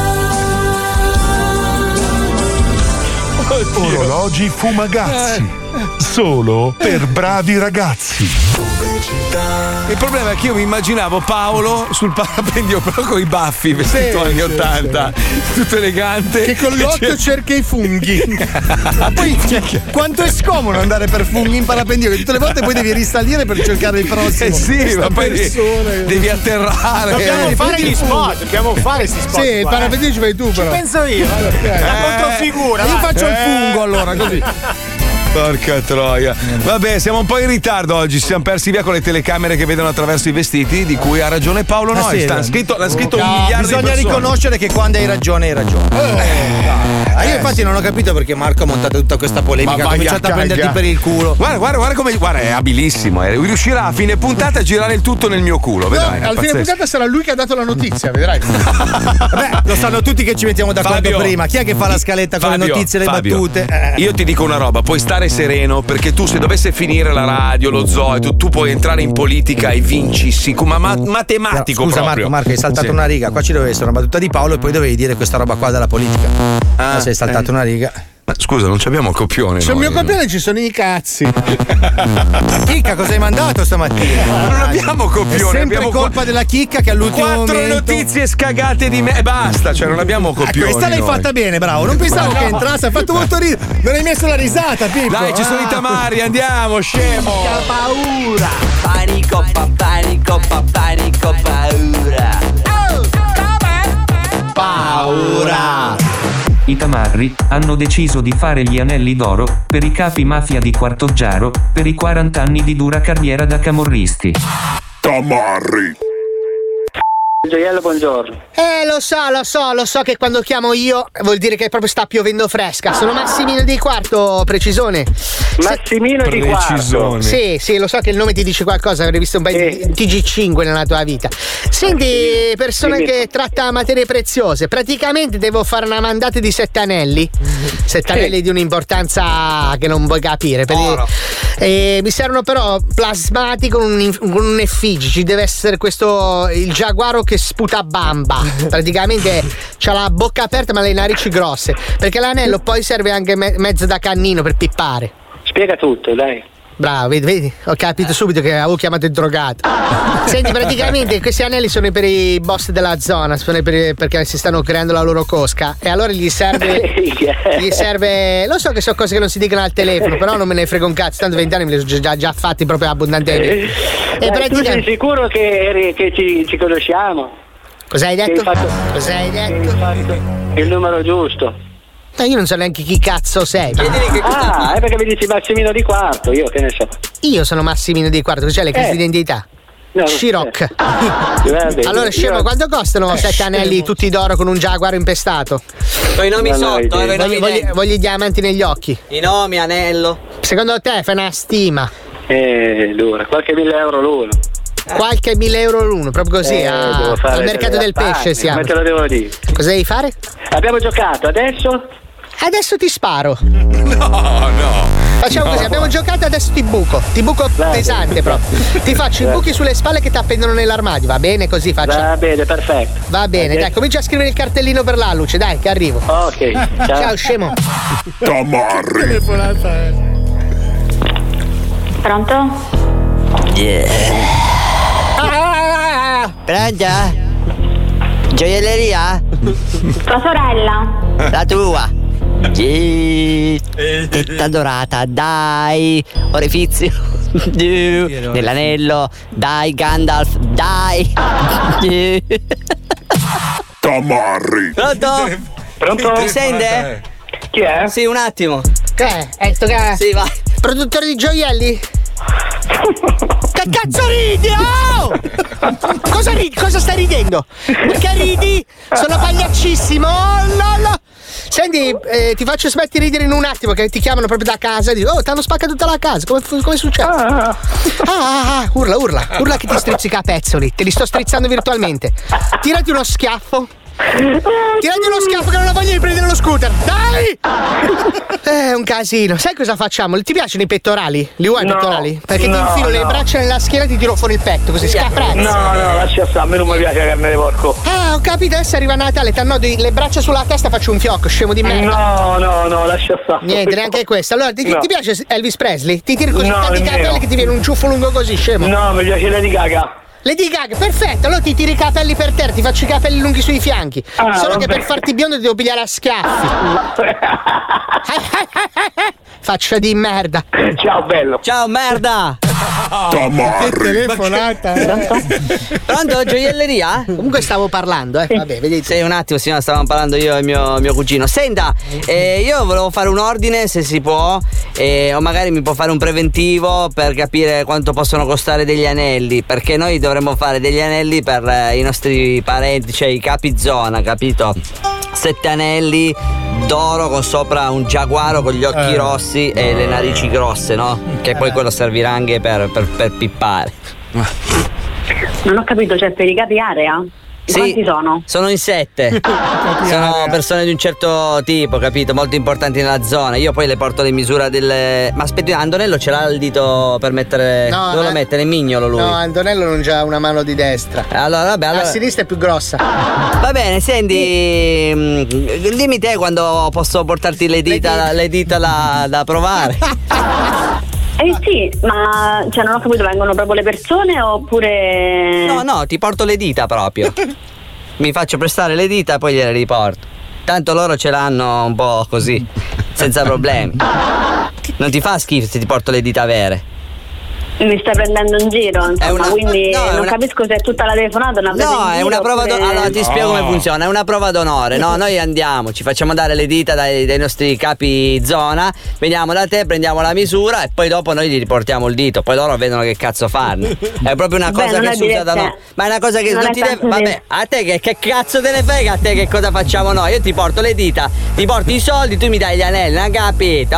Orologi fumagazzi. solo per bravi ragazzi. Il problema è che io mi immaginavo Paolo sul parapendio però con i baffi, vestito anni 80, tutto elegante. Che con l'occhio cerca i funghi. Ma poi quanto è scomodo andare per funghi in parapendio, che tutte le volte poi devi risalire per cercare il prossimo. Sì, ma poi devi atterrare. Dobbiamo fare gli spot, dobbiamo fare questi spot. Sì, il parapendio ci fai tu però. Ci penso io. La controfigura. Io faccio il fungo allora, così. Porca troia. Vabbè, siamo un po' in ritardo oggi. Ci siamo persi via con le telecamere che vedono attraverso i vestiti, di cui ha ragione Paolo Noyes. L'ha scritto un miliardo bisogna di persone. riconoscere che quando hai ragione, hai ragione. Io infatti non ho capito perché Marco ha montato tutta questa polemica. Ha cominciato a prenderti per il culo. Guarda come. Guarda, è abilissimo. Riuscirà a fine puntata a girare il tutto nel mio culo. Vedrai. Alla fine puntata sarà lui che ha dato la notizia, vedrai. Vabbè, lo sanno tutti che ci mettiamo d'accordo prima. Chi è che fa la scaletta con le notizie e le battute? Io ti dico una roba, puoi stare sereno, perché tu se dovesse finire la radio, lo zoo, tu puoi entrare in politica e vinci ma matematico. Scusa proprio. Marco, hai saltato una riga. Qua ci doveva essere una battuta di Paolo e poi dovevi dire questa roba qua della politica. Sei saltato una riga. Ma scusa, non abbiamo copione. Sul mio copione ci sono i cazzi. Chicca, cosa hai mandato stamattina? Non abbiamo copione. È sempre colpa della Chicca che all'ultimo 4 momento. notizie scagate di me e basta, cioè non abbiamo copione. Questa l'hai fatta bene, bravo. Non pensavo che entrasse, ha fatto molto ridere. Non hai messo la risata, Pippo. Dai, ci sono i tamari, andiamo, scemo. Che paura. Panico, panico, paura. Paura. I tamarri hanno deciso di fare gli anelli d'oro per i capi mafia di Quartoggiaro per i 40 anni di dura carriera da camorristi. Tamarri. Gioiello, buongiorno. Lo so che quando chiamo io vuol dire che proprio sta piovendo fresca. Sono Massimino di Quarto, precisone. Massimino di Quarto. Sì, lo so che il nome ti dice qualcosa, avrei visto un paio di TG5 nella tua vita. Senti, persona che tratta materie preziose, praticamente devo fare una mandata di 7 anelli. 7 anelli di un'importanza che non vuoi capire. Mi servono però plasmati con un'effigie. Ci deve essere questo, il giaguaro che sputa bamba. Praticamente c'ha la bocca aperta ma le narici grosse, perché l'anello poi serve anche mezzo da cannino per pippare. Spiega tutto, dai. Bravo, vedi? Ho capito subito che avevo chiamato il drogato. Senti, praticamente questi anelli sono per i boss della zona, perché si stanno creando la loro cosca. E allora gli serve. Lo so che sono cose che non si dicono al telefono, però non me ne frega un cazzo, tanto 20 anni me li ho già fatti proprio abbondantemente. Tu sei sicuro che ci conosciamo? Cosa hai detto? Cosa hai detto? Il numero giusto. Io non so neanche chi cazzo sei. È perché mi dici Massimino di Quarto, io che ne so. Io sono Massimino di Quarto, c'è le crisi di identità. No, Ciroc. Allora, scemo, quanto costano 7 anelli tutti d'oro con un giaguaro impestato? Con i nomi sotto, voglio i diamanti negli occhi. I nomi, anello. Secondo te fai una stima? Dura, qualche 1.000 euro l'uno. Qualche 1.000 euro l'uno, proprio così, al mercato del pesce siamo. Come te lo devo dire? Cosa devi fare? Abbiamo giocato, adesso? Adesso ti sparo. No. Facciamo così, abbiamo giocato, adesso ti buco pesante proprio. Ti faccio i buchi sulle spalle che ti appendono nell'armadio, va bene così faccio? Va bene, perfetto. Va bene, dai, comincia a scrivere il cartellino per la luce, dai, che arrivo. Ok, ciao scemo. Tamarri. Pronto? Pronto? Gioielleria? Tua sorella? La tua? Tetta dorata, dai! Orifizio! Nell'anello, dai Gandalf, dai! Tamarri. Pronto? Mi sente? Chi è? Sì, un attimo. Che è? Sì, vai. Produttore di gioielli? Che cazzo ridi? Oh! Cosa stai ridendo? Perché ridi? Sono pagliaccissimo! Oh, no. Senti, ti faccio smettere di ridere in un attimo, che ti chiamano proprio da casa e dicono: oh, ti hanno spaccato tutta la casa, come succede? Urla che ti strizzica a pezzoli, te li sto strizzando virtualmente. Tirati uno schiaffo che non ho voglia di prendere lo scooter, dai! un casino. Sai cosa facciamo? Ti piacciono i pettorali? Li vuoi i pettorali? Perché ti infilo le braccia nella schiena e ti tiro fuori il petto, così scaprazzi. No, lascia stare, a me non mi piace la carne di porco. Ah, ho capito, adesso arriva Natale, t'annodi le braccia sulla testa, faccio un fiocco, scemo di merda. No, lascia stare. Niente, neanche questo. Allora, ti piace Elvis Presley? Ti tiro così tanti nemmeno. capelli che ti viene un ciuffo lungo così, scemo. No, mi piace Lady Gaga. Lady Gaga, perfetto, allora ti tiri i capelli per terra, ti faccio i capelli lunghi sui fianchi. Solo che per farti biondo ti devo pigliare a schiaffi. Faccia di merda. Ciao bello. Ciao merda. Che telefonata. Pronto, gioielleria? Comunque stavo parlando, vabbè, vedete. Sì, un attimo, signora, stavamo parlando io e mio cugino. Senta, io volevo fare un ordine, se si può, o magari mi può fare un preventivo per capire quanto possono costare degli anelli, perché noi dovremmo fare degli anelli per i nostri parenti, cioè i capi zona, capito? 7 anelli d'oro con sopra un giaguaro con gli occhi rossi e le narici grosse, no? Che poi quello servirà anche per pippare. Non ho capito, cioè per i capi area? Sì, quanti sono? Sono in 7. Sono persone di un certo tipo, capito? Molto importanti nella zona. Io poi le porto le misure delle. Ma aspetta, Antonello ce l'ha il dito per mettere. No, dove lo mette? Nel mignolo lui. No, Antonello non c'ha una mano di destra. Allora, vabbè, A sinistra è più grossa. Va bene, senti, dimmi te quando posso portarti le dita da provare. Sì, ma cioè non ho capito, vengono proprio le persone oppure. No, ti porto le dita proprio. Mi faccio prestare le dita e poi gliele riporto. Tanto loro ce l'hanno un po' così, senza problemi. Non ti fa schifo se ti porto le dita vere? Mi stai prendendo in giro, insomma, quindi non capisco se è tutta la telefonata una presa in No, è giro una prova oppure. Allora ti spiego come funziona, è una prova d'onore, no? Noi andiamo, ci facciamo dare le dita dai nostri capi zona, veniamo da te, prendiamo la misura e poi dopo noi gli riportiamo il dito, poi loro vedono che cazzo fanno. È proprio una cosa che si usa da noi. Ma è una cosa che non ti deve. Vabbè, a te che cazzo te ne frega, a te che cosa facciamo noi? Io ti porto le dita, ti porto i soldi, tu mi dai gli anelli, non capito?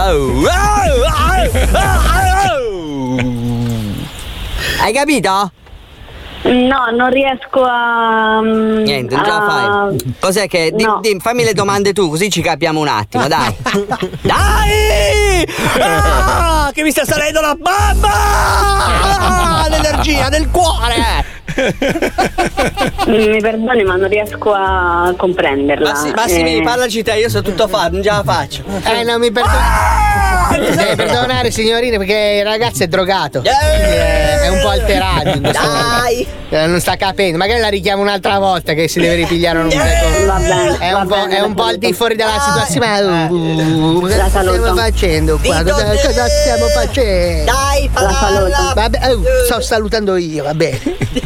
Hai capito? No, non riesco a. Niente, non ce la fai. Cos'è che. Fammi le domande tu, così ci capiamo un attimo, dai. Dai! Che mi sta salendo la bamba! L'energia del cuore! Mi perdoni, ma non riesco a comprenderla. Ma sì, parlaci te, io so tutto fatto, non ce la faccio. Non mi perdoni. Deve perdonare, signorine, perché il ragazzo è drogato. È un po' alterato in questo momento. Non sta capendo. Magari la richiamo un'altra volta che si deve ripigliare un è un po' al di fuori dalla situazione. Cosa stiamo facendo qua? Cosa stiamo facendo? Dai, la saluto. Vabbè, sto salutando io, va bene.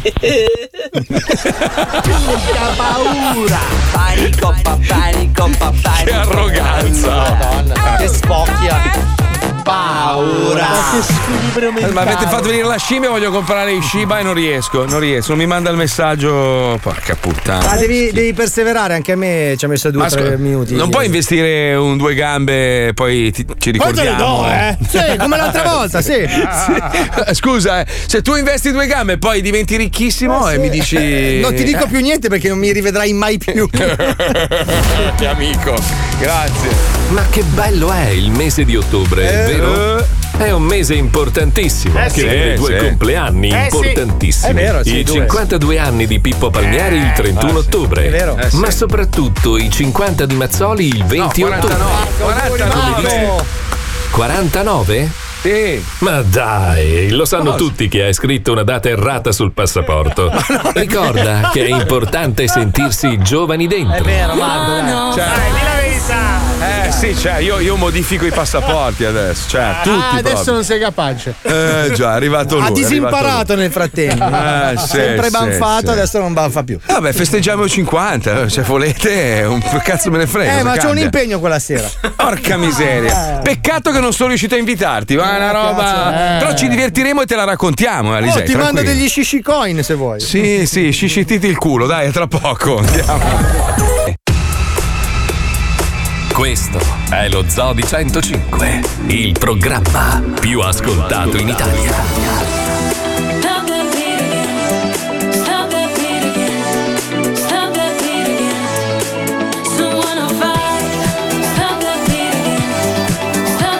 Paura. Panico, panico. Che arroganza. Madonna. Che spocchia. Paura. Ma avete fatto venire la scimmia, voglio comprare i Shiba e non riesco. Non mi manda il messaggio. Porca puttana. Ma devi perseverare, anche a me ci ha messo 2 o 3 minuti. Non puoi investire un 2 gambe e poi ci ricordiamo. Poi te le do, Sì, come l'altra volta, sì. Scusa, se tu investi 2 gambe e poi diventi ricchissimo e mi dici. Non ti dico più niente perché non mi rivedrai mai più. Amico, grazie. Ma che bello è il mese di ottobre, vero? È un mese importantissimo, che vede 2 compleanni importantissimi. È vero, I 52 anni di Pippo Palmieri il 31 ottobre. È vero. Ma soprattutto i 50 di Mazzoli il 20 ottobre. 49. 49? Sì. Ma dai, lo sanno tutti che hai scritto una data errata sul passaporto. Ricorda che è importante sentirsi giovani dentro. È vero, Marco. Di la verità. Sì, cioè io modifico i passaporti adesso. Cioè, tutti. Adesso proprio. non sei capace. Già, è arrivato lui. Ha disimparato nel frattempo. Sempre banfato, adesso non banfa più. Vabbè, festeggiamo i 50. Se volete, un cazzo me ne frega. Ma c'ho un cambia. impegno quella sera. Porca miseria. Peccato che non sono riuscito a invitarti. Ma è una roba. Però ci divertiremo e te la raccontiamo, Alisei. Ti mando degli shishi coin se vuoi. Sì, sciscititi il culo, dai, tra poco. Andiamo. Questo è lo Zoo di 105, il programma più ascoltato in Italia. Stop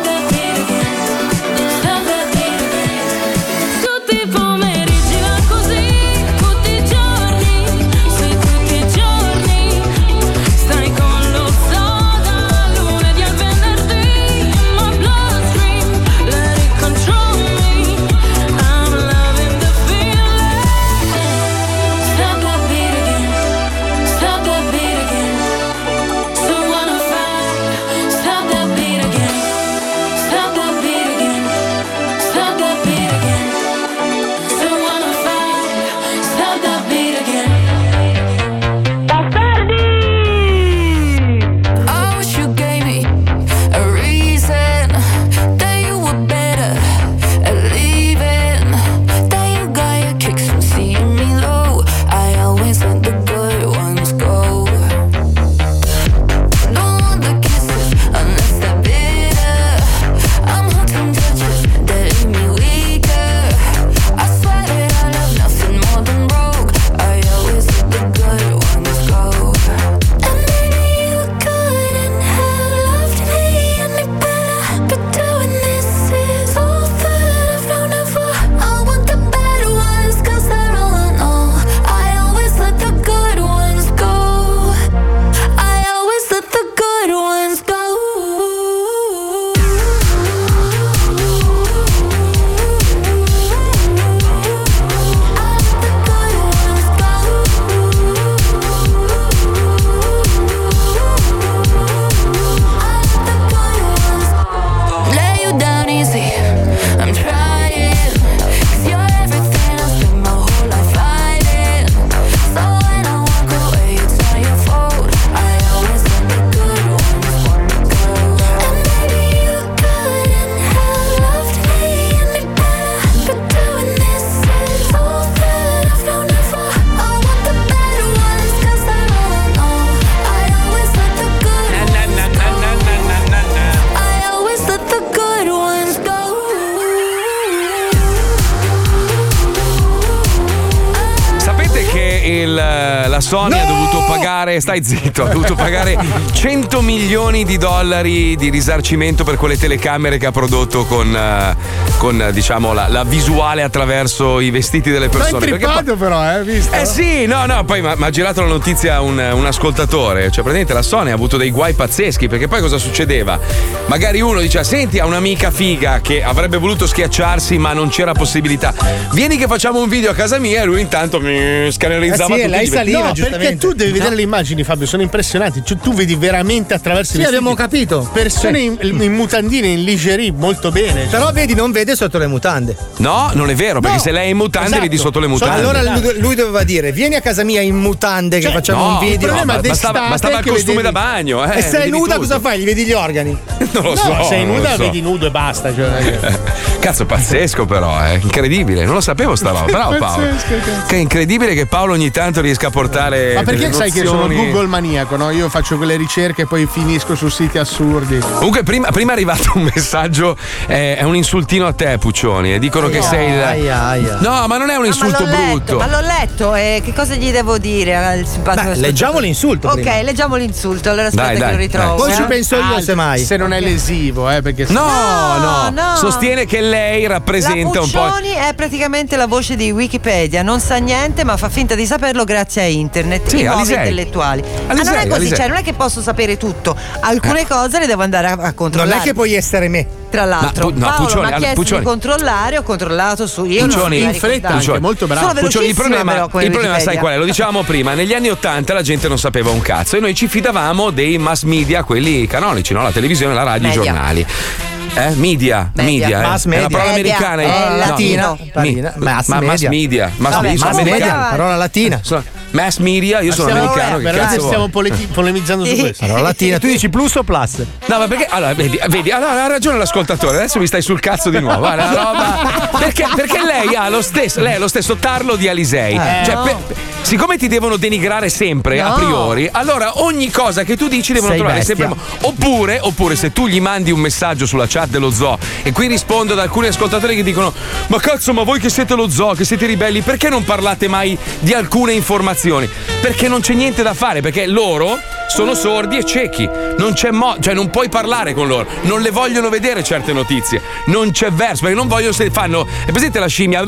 Sony ha dovuto pagare, stai zitto, ha dovuto pagare 100 milioni di dollari di risarcimento per quelle telecamere che ha prodotto con diciamo la visuale attraverso i vestiti delle persone. Ma è trippato però, visto? Sì, no, poi mi ha girato la notizia un ascoltatore, cioè praticamente la Sony ha avuto dei guai pazzeschi, perché poi cosa succedeva? Magari uno diceva: senti, ha un'amica figa che avrebbe voluto schiacciarsi ma non c'era possibilità, vieni che facciamo un video a casa mia, e lui intanto mi scannerizzava tutti. Lei saliva, perché tu devi vedere le immagini, Fabio, sono impressionanti, cioè, tu vedi veramente attraverso i vestiti. Abbiamo capito. Persone in mutandine, in lingerie, molto bene. Però vedi, non vede sotto le mutande. No, non è vero, perché se lei è in mutande vedi sotto le mutande. Allora lui doveva dire: vieni a casa mia in mutande che facciamo un video. Il problema bastava il costume da bagno. E se è nuda cosa fai? Gli vedi gli organi? Non lo so. Se è nuda vedi nudo e basta. Cazzo, pazzesco però, incredibile, non lo sapevo sta roba. Bravo Paolo. Che è incredibile che Paolo ogni tanto riesca a portare. Ma perché sai che sono nozioni... Google maniaco, no? Io faccio quelle ricerche e poi finisco su siti assurdi. Comunque prima è arrivato un messaggio, è un insultino a te, Puccioni, e dicono che sei No, ma non è un insulto brutto. Ma l'ho letto, che cosa gli devo dire al simpatico? Leggiamo l'insulto. Ok, prima. leggiamo l'insulto. Allora aspetta che lo ritrovo. Poi ci penso io, semmai. Se non è lesivo, perché No. Sostiene che lei rappresenta un po'. Puccioni è praticamente la voce di Wikipedia, non sa niente, ma fa finta di saperlo grazie a internet. Sì, I nuovi Alisei. intellettuali. Alisei, non è così, Alisei. cioè non è che posso sapere tutto. Alcune cose le devo andare a controllare. Non è che puoi essere me. Tra l'altro, Paolo Puccioni, mi ha chiesto Puccioni. di controllare, ho controllato su. Io Puccioni, non in fretta, Puccioni. molto bravo. Sono Puccioni, il velocissima, problema sai qual è? Lo dicevamo prima, negli anni '80 la gente non sapeva un cazzo e noi ci fidavamo dei mass media, quelli canonici, no? La televisione, la radio, i giornali. Media. Mass media. È una parola americana. È latino. Mass media. Parola latina. Mass media, io sono americano. Che veramente cazzo stiamo polemizzando su questo. Parola latina. Tu dici plus o plus? No, ma perché? Allora, vedi, allora, ha ragione l'ascoltatore. Adesso mi stai sul cazzo di nuovo. Guarda, la roba. Perché lei ha lo stesso tarlo di Alisei. Cioè, siccome ti devono denigrare sempre a priori, allora ogni cosa che tu dici devono trovare sempre. Oppure se tu gli mandi un messaggio sulla chat dello zoo, e qui rispondo ad alcuni ascoltatori che dicono: ma cazzo, ma voi che siete lo zoo, che siete ribelli, perché non parlate mai di alcune informazioni? Perché non c'è niente da fare, perché loro sono sordi e ciechi, non c'è cioè non puoi parlare con loro, non le vogliono vedere certe notizie, non c'è verso, perché non vogliono fanno, è presente la scimmia,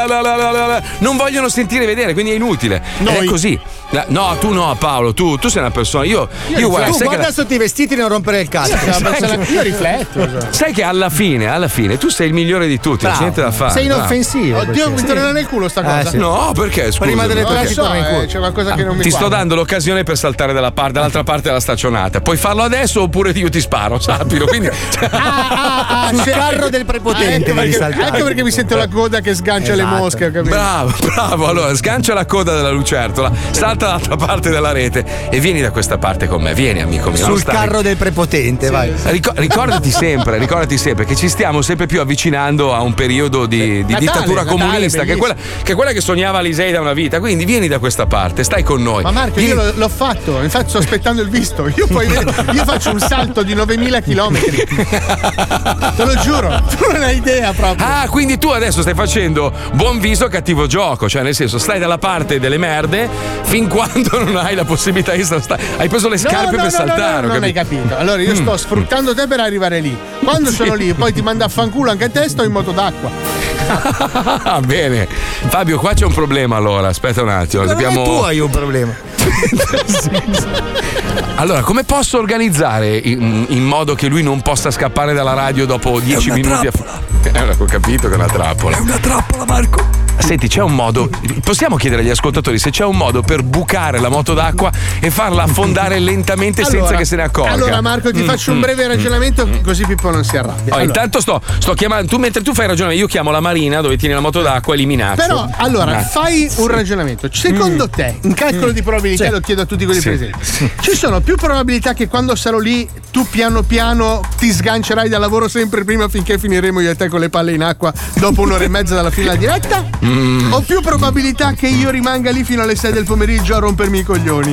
non vogliono sentire e vedere, quindi è inutile. È così. No, tu no, Paolo, tu sei una persona, io guarda, tu guarda sotto i vestiti e non rompere il cazzo. Io rifletto. Sai che alla fine tu sei il migliore di tutti, non c'è niente da fare. Sei inoffensivo. Oddio, mi tornerà nel culo sta cosa. Sì. No, perché? Scusa, prima delle 3 so, c'è qualcosa che non mi ti sto quadra. dando l'occasione per saltare dall'altra parte della staccionata. Puoi farlo adesso oppure io ti sparo, sappilo. Quindi sul carro del prepotente. Ecco perché mi sento la coda che sgancia le mosche. Bravo. Allora, sgancia la coda della lucertola, salta dall'altra parte della rete e vieni da questa parte con me. Vieni, amico mio. Sul carro del prepotente, vai. Ricordati sempre che ci stiamo sempre più avvicinando a un periodo di dittatura comunista, che è quella che sognava Alisei da una vita. Quindi vieni da questa parte, stai con noi. Ma Marco, io l'ho fatto, infatti sto aspettando il visto. Io faccio un salto di 9000 chilometri. Te lo giuro, tu non hai idea proprio. Ah, quindi tu adesso stai facendo buon viso, cattivo gioco, cioè nel senso stai dalla parte delle merde fin quando non hai la possibilità di stare. Hai preso le scarpe per saltare. Non hai capito. Allora io sto sfruttando te per arrivare lì. Quando sono lì, poi ti manda a fanculo anche te, sto in moto d'acqua. Bene. Fabio, qua c'è un problema allora. Aspetta un attimo. Tu hai un problema. Allora, come posso organizzare in modo che lui non possa scappare dalla radio dopo 10 minuti? Ho capito che è una trappola. È una trappola, Marco. Senti, c'è un modo. Possiamo chiedere agli ascoltatori se c'è un modo per bucare la moto d'acqua e farla affondare lentamente senza che se ne accorga. Allora, Marco, ti faccio un breve ragionamento, così Pippo non si arrabbia. Allora. Intanto sto chiamando. Mentre tu fai ragionamento, io chiamo la Marina dove tieni la moto d'acqua e li minaccio. Però, allora, fai un ragionamento. Secondo te, in calcolo di probabilità, lo chiedo a tutti quelli presenti, ci sono più probabilità che quando sarò lì tu piano piano ti sgancerai dal lavoro sempre prima finché finiremo io e te con le palle in acqua dopo un'ora e mezza dalla fine della diretta? O più probabilità che io rimanga lì fino alle 6 del pomeriggio a rompermi i coglioni?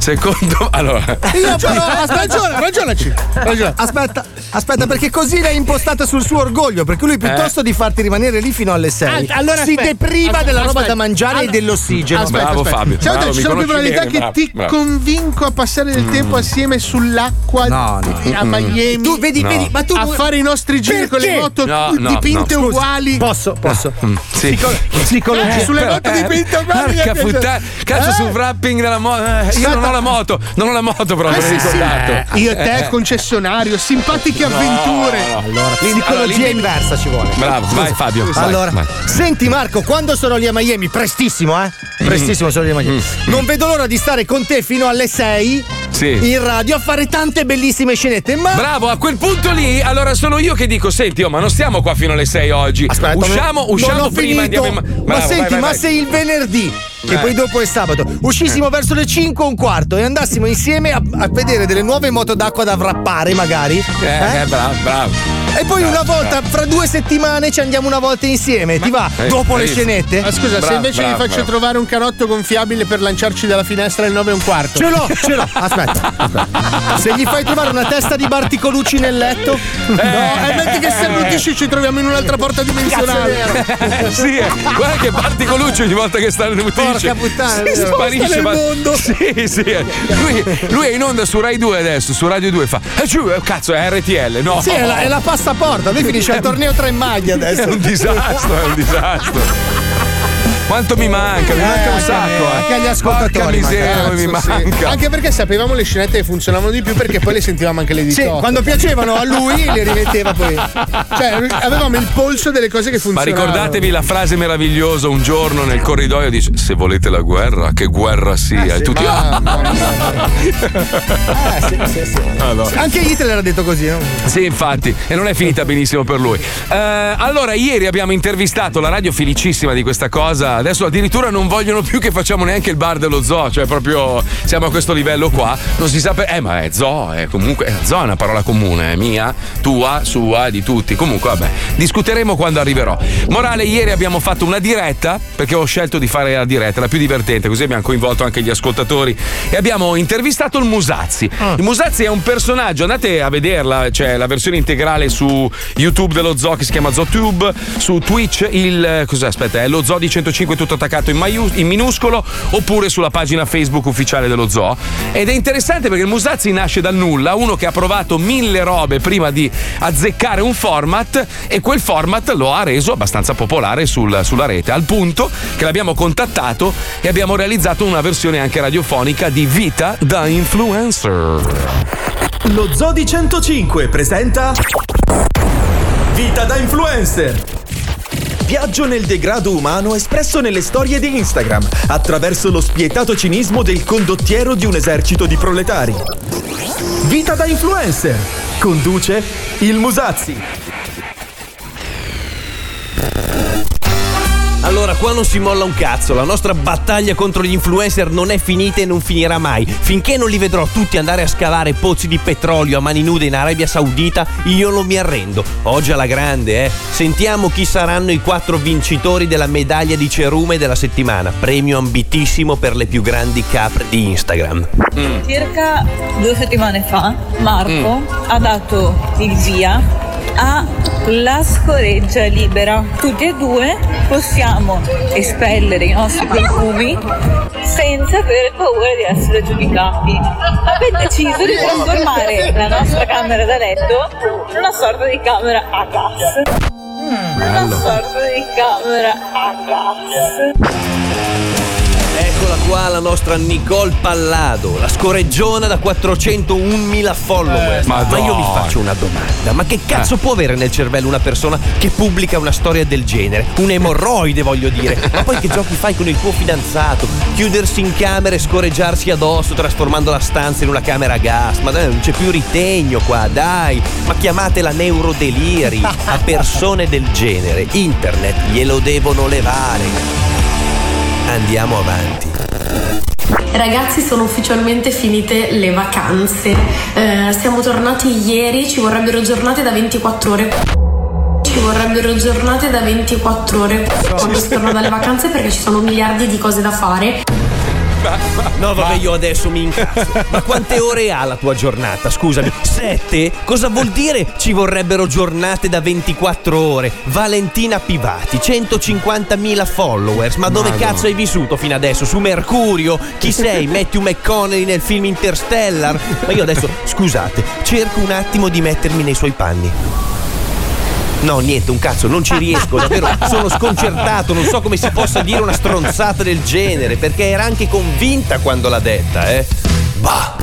Secondo. Allora. Io però. Ragionaci. Aspetta, perché così l'hai impostata sul suo orgoglio. Perché lui piuttosto di farti rimanere lì fino alle 6 allora si depriva della roba da mangiare e dell'ossigeno. Bravo Fabio. Ci sono probabilità che ti convinco a passare del tempo assieme sull'acqua a Miami. Tu vedi, ma tu a fare i nostri giri con le moto dipinte uguali. Posso? Sì. Psicologia. Sulle moto dipinte uguali. Porca puttana. Cazzo, sul wrapping della moto. Io non ho la moto però me l'ho ricordato. Io e te, concessionario, simpatiche avventure. Allora, psicologia inversa ci vuole. Bravo, vai Fabio. Allora, vai. Senti Marco, quando sono lì a Miami, prestissimo sono lì a Miami. Non vedo l'ora di stare con te fino alle 6 in radio a fare tante bellissime scenette. Ma bravo, a quel punto lì, allora sono io che dico: senti, ma non stiamo qua fino alle 6 oggi. Aspetta, usciamo prima, andiamo ma senti, ma se il venerdì, che poi dopo è sabato, uscissimo verso le 5:15 e andassimo insieme a vedere delle nuove moto d'acqua da wrappare, magari. Bravo. E poi una volta, fra 2 settimane, ci andiamo una volta insieme. Ti va? Dopo le scenette? Ma scusa, se invece vi faccio trovare un canotto gonfiabile per lanciarci dalla finestra alle 9:15. Ce l'ho. Aspetta. Se gli fai trovare una testa di Barticolucci nel letto. Metti che se annutisci ci troviamo in un'altra porta dimensionale. Sì, guarda che Barticolucci ogni volta che sta nel Porca puttana, si sparisce nel mondo. Sì. Lui è in onda su Rai 2 adesso, su Radio 2 fa. Cazzo, è RTL, no? Sì, è la passaporta. Lui finisce il torneo 3 maglie adesso. È un disastro. Quanto mi manca un sacco. Anche agli ascoltatori. Porca miseria, mi manca. Anche perché sapevamo le scenette che funzionavano di più, perché poi le sentivamo anche le 18. Sì, quando piacevano a lui le rimetteva poi. Cioè, avevamo il polso delle cose che funzionavano. Ma ricordatevi la frase meravigliosa un giorno nel corridoio: dice: se volete la guerra, che guerra sia. E tutti. Sì. Allora. Anche Hitler ha detto così, no? Sì, infatti, e non è finita benissimo per lui. Allora, ieri abbiamo intervistato la radio felicissima di questa cosa. Adesso addirittura non vogliono più che facciamo neanche il bar dello zoo, cioè proprio siamo a questo livello qua. Non si sa ma è zoo, comunque zoo è una parola comune, è mia, tua, sua, di tutti. Comunque vabbè, discuteremo quando arriverò. Morale, ieri abbiamo fatto una diretta, perché ho scelto di fare la diretta, la più divertente, così abbiamo coinvolto anche gli ascoltatori e abbiamo intervistato il Musazzi. Il Musazzi è un personaggio, andate a vederla, c'è la versione integrale su YouTube dello zoo che si chiama ZooTube, su Twitch è lo zoo di 105 tutto attaccato in minuscolo, oppure sulla pagina Facebook ufficiale dello zoo. Ed è interessante perché il Musazzi nasce dal nulla, uno che ha provato 1000 robe prima di azzeccare un format, e quel format lo ha reso abbastanza popolare sulla rete, al punto che l'abbiamo contattato e abbiamo realizzato una versione anche radiofonica di Vita da Influencer. Lo Zoo di 105 presenta Vita da Influencer. Viaggio nel degrado umano espresso nelle storie di Instagram attraverso lo spietato cinismo del condottiero di un esercito di proletari. Vita da Influencer. Conduce il Musazzi. Allora, qua non si molla un cazzo. La nostra battaglia contro gli influencer non è finita e non finirà mai. Finché non li vedrò tutti andare a scavare pozzi di petrolio a mani nude in Arabia Saudita, io non mi arrendo. Oggi alla grande, Sentiamo chi saranno i 4 vincitori della medaglia di cerume della settimana. Premio ambitissimo per le più grandi capre di Instagram. Circa 2 settimane fa Marco ha dato il via alla scoreggia libera. Tutti e due possiamo espellere i nostri profumi senza avere paura di essere giudicati. Abbiamo deciso di trasformare la nostra camera da letto in una sorta di camera a gas. Una sorta di camera a gas. Eccola qua la nostra Nicole Pallado, la scoreggiona da 401.000 follower. Ma io mi faccio una domanda: ma che cazzo può avere nel cervello una persona che pubblica una storia del genere? Un emorroide, voglio dire. Ma poi che giochi fai con il tuo fidanzato? Chiudersi in camera e scoreggiarsi addosso trasformando la stanza in una camera a gas? Ma dai, non c'è più ritegno qua, dai. Ma chiamatela neurodeliri. A persone del genere internet glielo devono levare. Andiamo avanti. Ragazzi, sono ufficialmente finite le vacanze. Siamo tornati ieri, ci vorrebbero giornate da 24 ore. Quando si torna dalle vacanze, perché ci sono miliardi di cose da fare. No, vabbè, io adesso mi incazzo. Ma quante ore ha la tua giornata? Scusami, 7? Cosa vuol dire ci vorrebbero giornate da 24 ore? Valentina Pivati, 150.000 followers. Ma dove cazzo hai vissuto fino adesso? Su Mercurio? Chi sei? Matthew McConaughey nel film Interstellar? Ma io adesso, scusate, cerco un attimo di mettermi nei suoi panni. No, niente, un cazzo, non ci riesco, davvero, sono sconcertato, non so come si possa dire una stronzata del genere, perché era anche convinta quando l'ha detta, Bah!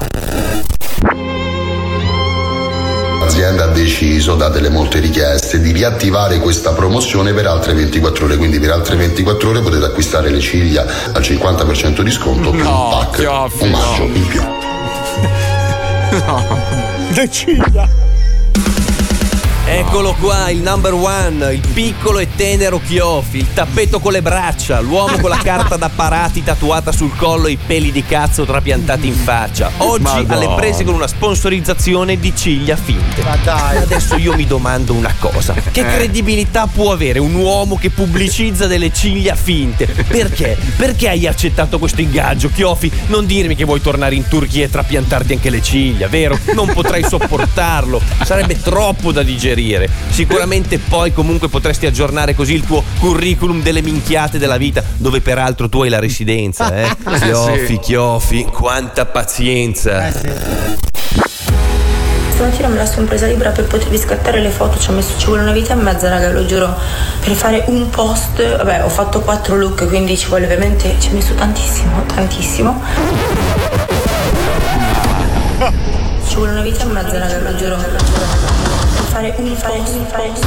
L'azienda ha deciso, date le molte richieste, di riattivare questa promozione per altre 24 ore, quindi per altre 24 ore potete acquistare le ciglia al 50% di sconto più un pack omaggio in più. No, le ciglia. Eccolo qua, il number one, il piccolo e tenero Chiofi, il tappeto con le braccia, l'uomo con la carta da parati tatuata sul collo e i peli di cazzo trapiantati in faccia. Oggi alle prese con una sponsorizzazione di ciglia finte. Ma dai. Adesso io mi domando una cosa: che credibilità può avere un uomo che pubblicizza delle ciglia finte? Perché? Perché hai accettato questo ingaggio, Chiofi? Non dirmi che vuoi tornare in Turchia e trapiantarti anche le ciglia, vero? Non potrei sopportarlo, sarebbe troppo da digerire. Sicuramente poi comunque potresti aggiornare così il tuo curriculum delle minchiate della vita, dove peraltro tu hai la residenza, Chiofi, quanta pazienza. Stamattina me la sono presa libera per potervi scattare le foto, ci vuole una vita e mezza, raga, lo giuro, per fare un post. Vabbè, ho fatto 4 look, quindi ci vuole veramente, ci ho messo tantissimo. Ci vuole una vita e mezza, raga, lo giuro. Fare un post.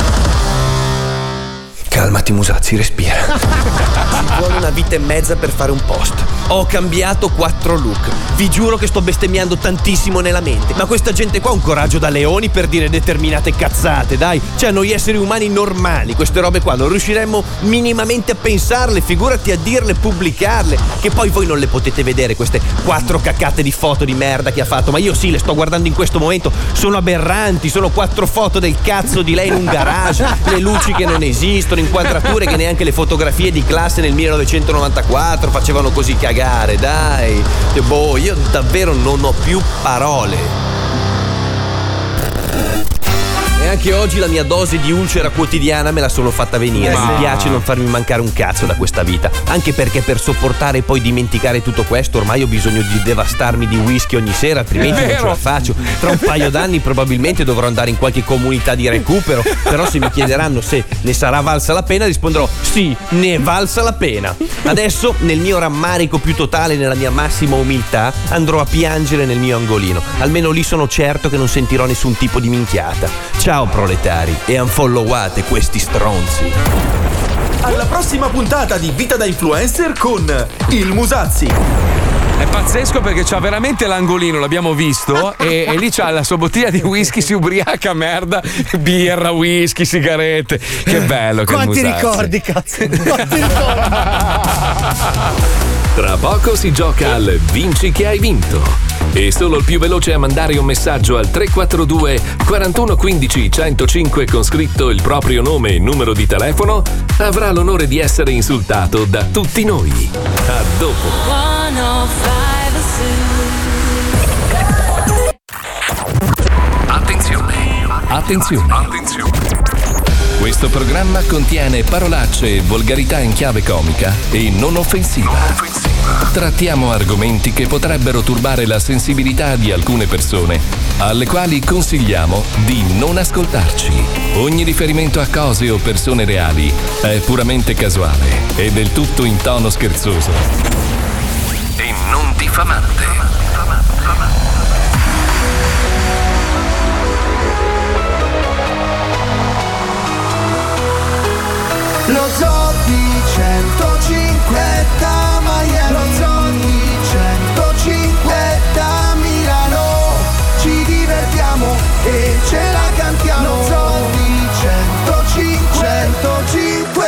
Calmati Musazzi, respira. Ci vuole una vita e mezza per fare un post. Ho cambiato 4 look. Vi giuro che sto bestemmiando tantissimo nella mente. Ma questa gente qua ha un coraggio da leoni per dire determinate cazzate, dai. Cioè, noi esseri umani normali, queste robe qua non riusciremmo minimamente a pensarle, figurati a dirle, pubblicarle. Che poi voi non le potete vedere, queste 4 cacate di foto di merda che ha fatto. Ma io sì, le sto guardando in questo momento. Sono aberranti, sono 4 foto del cazzo di lei in un garage, le luci che non esistono, inquadrature che neanche le fotografie di classe nel 1994 facevano così cagare, dai. Io davvero non ho più parole. E anche oggi la mia dose di ulcera quotidiana me la sono fatta venire. Mi piace non farmi mancare un cazzo da questa vita. Anche perché per sopportare e poi dimenticare tutto questo ormai ho bisogno di devastarmi di whisky ogni sera, altrimenti non ce la faccio. Tra un paio d'anni probabilmente dovrò andare in qualche comunità di recupero. Però se mi chiederanno se ne sarà valsa la pena, risponderò sì, ne è valsa la pena. Adesso, nel mio rammarico più totale, nella mia massima umiltà, andrò a piangere nel mio angolino. Almeno lì sono certo che non sentirò nessun tipo di minchiata. Ciao proletari, e unfollowate questi stronzi. Alla prossima puntata di Vita da Influencer con il Musazzi. È pazzesco perché c'ha veramente l'angolino, l'abbiamo visto, e lì c'ha la sua bottiglia di whisky, si ubriaca, merda, birra, whisky, sigarette. Che bello che Quanti Musazzi. ricordi, cazzo. Quanti ricordi. Tra poco si gioca al Vinci che hai vinto. E solo il più veloce a mandare un messaggio al 342 41 15 105 con scritto il proprio nome e numero di telefono avrà l'onore di essere insultato da tutti noi. A dopo. Attenzione. Questo programma contiene parolacce e volgarità in chiave comica e non offensiva. Trattiamo argomenti che potrebbero turbare la sensibilità di alcune persone, alle quali consigliamo di non ascoltarci. Ogni riferimento a cose o persone reali è puramente casuale e del tutto in tono scherzoso e non diffamante. Lo Zoo di 105 da Miami, lo Zoo di 105 da Milano, ci divertiamo e ce la cantiamo. Lo Zoo di 105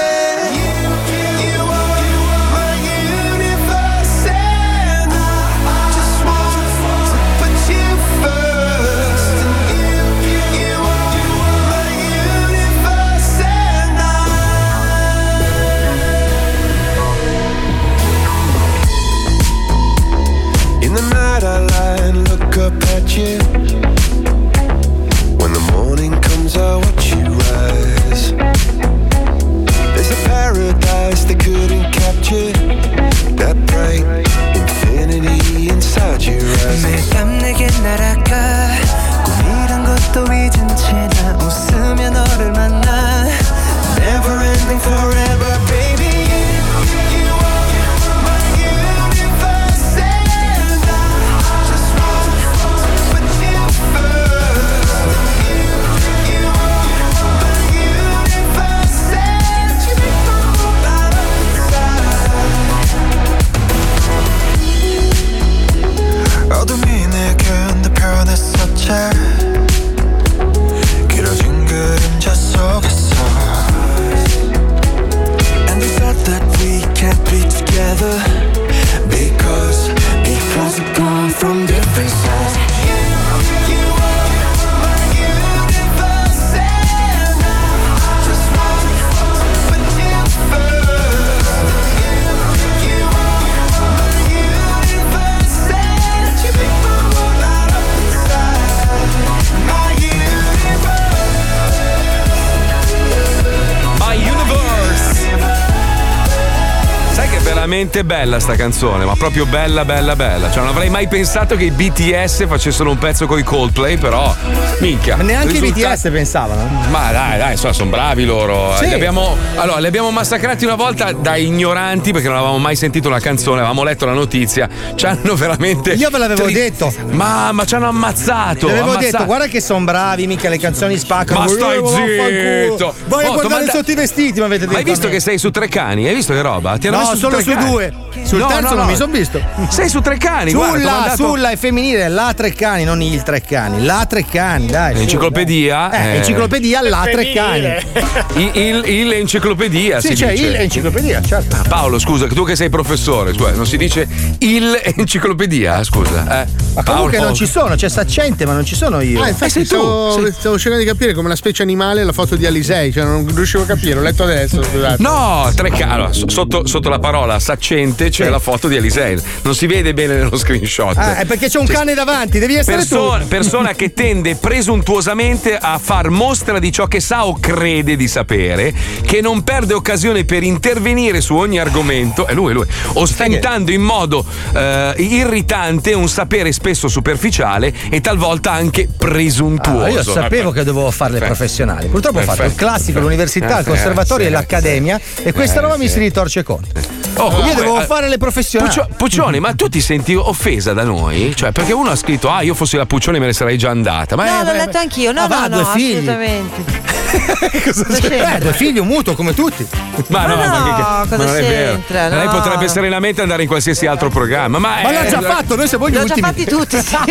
veramente bella sta canzone, ma proprio bella. Cioè, non avrei mai pensato che i BTS facessero un pezzo coi Coldplay, però minchia. Ma neanche i BTS pensavano. Ma dai, sono bravi loro. Sì. Li abbiamo massacrati una volta da ignoranti perché non avevamo mai sentito la canzone, avevamo letto la notizia. Ci hanno veramente. Io ve l'avevo detto. Ma ci hanno ammazzato. Ve l'avevo detto, guarda che sono bravi, mica le canzoni spaccano. Ma stai zitto. Vai a guardare sotto i vestiti, ma avete detto. Hai visto che sei su Treccani? Hai visto che roba? Ti hanno messo solo su Treccani. 2. Sul terzo non mi sono visto. Sei su Treccani, Sulla è femminile, la Treccani, non il Treccani. La Treccani, dai. L'enciclopedia. Enciclopedia la Treccani. Il enciclopedia. Sì, c'è il enciclopedia, certo. Paolo, scusa, tu che sei professore, scusa, non si dice il enciclopedia, scusa. Ma comunque non ci sono, c'è Saccente, ma non ci sono io. Infatti stavo cercando di capire come la specie animale la foto di Alisei, cioè non riuscivo a capire, ho letto adesso, scusate. No, allora, sotto la parola Saccente c'è la foto di Alisei, non si vede bene nello screenshot. È perché c'è un cane davanti, devi essere tu. Persona che tende presuntuosamente a far mostra di ciò che sa o crede di sapere, che non perde occasione per intervenire su ogni argomento, è lui, ostentando in modo irritante un sapere spesso superficiale e talvolta anche presuntuoso. Io sapevo che dovevo fare le professionali. Purtroppo ho fatto il classico, l'università, il conservatorio e l'accademia e questa roba mi si ritorce contro. Io devo fare le professionali. Puccioni, ma tu ti senti offesa da noi? Cioè, perché uno ha scritto, io fossi la Puccioni me ne sarei già andata. Ma l'ho letto anch'io. No, due figli. Assolutamente. Cosa c'è? Due figli, un mutuo come tutti. Ma cosa non è vero. c'entra? Lei potrebbe serenamente andare in qualsiasi altro programma. Ma l'ha già fatto, noi siamo gli ultimi. L'ho già fatti tutti, sì.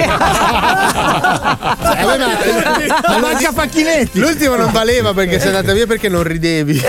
Ma manca Facchinetti. L'ultimo non valeva perché sei andata via perché non ridevi.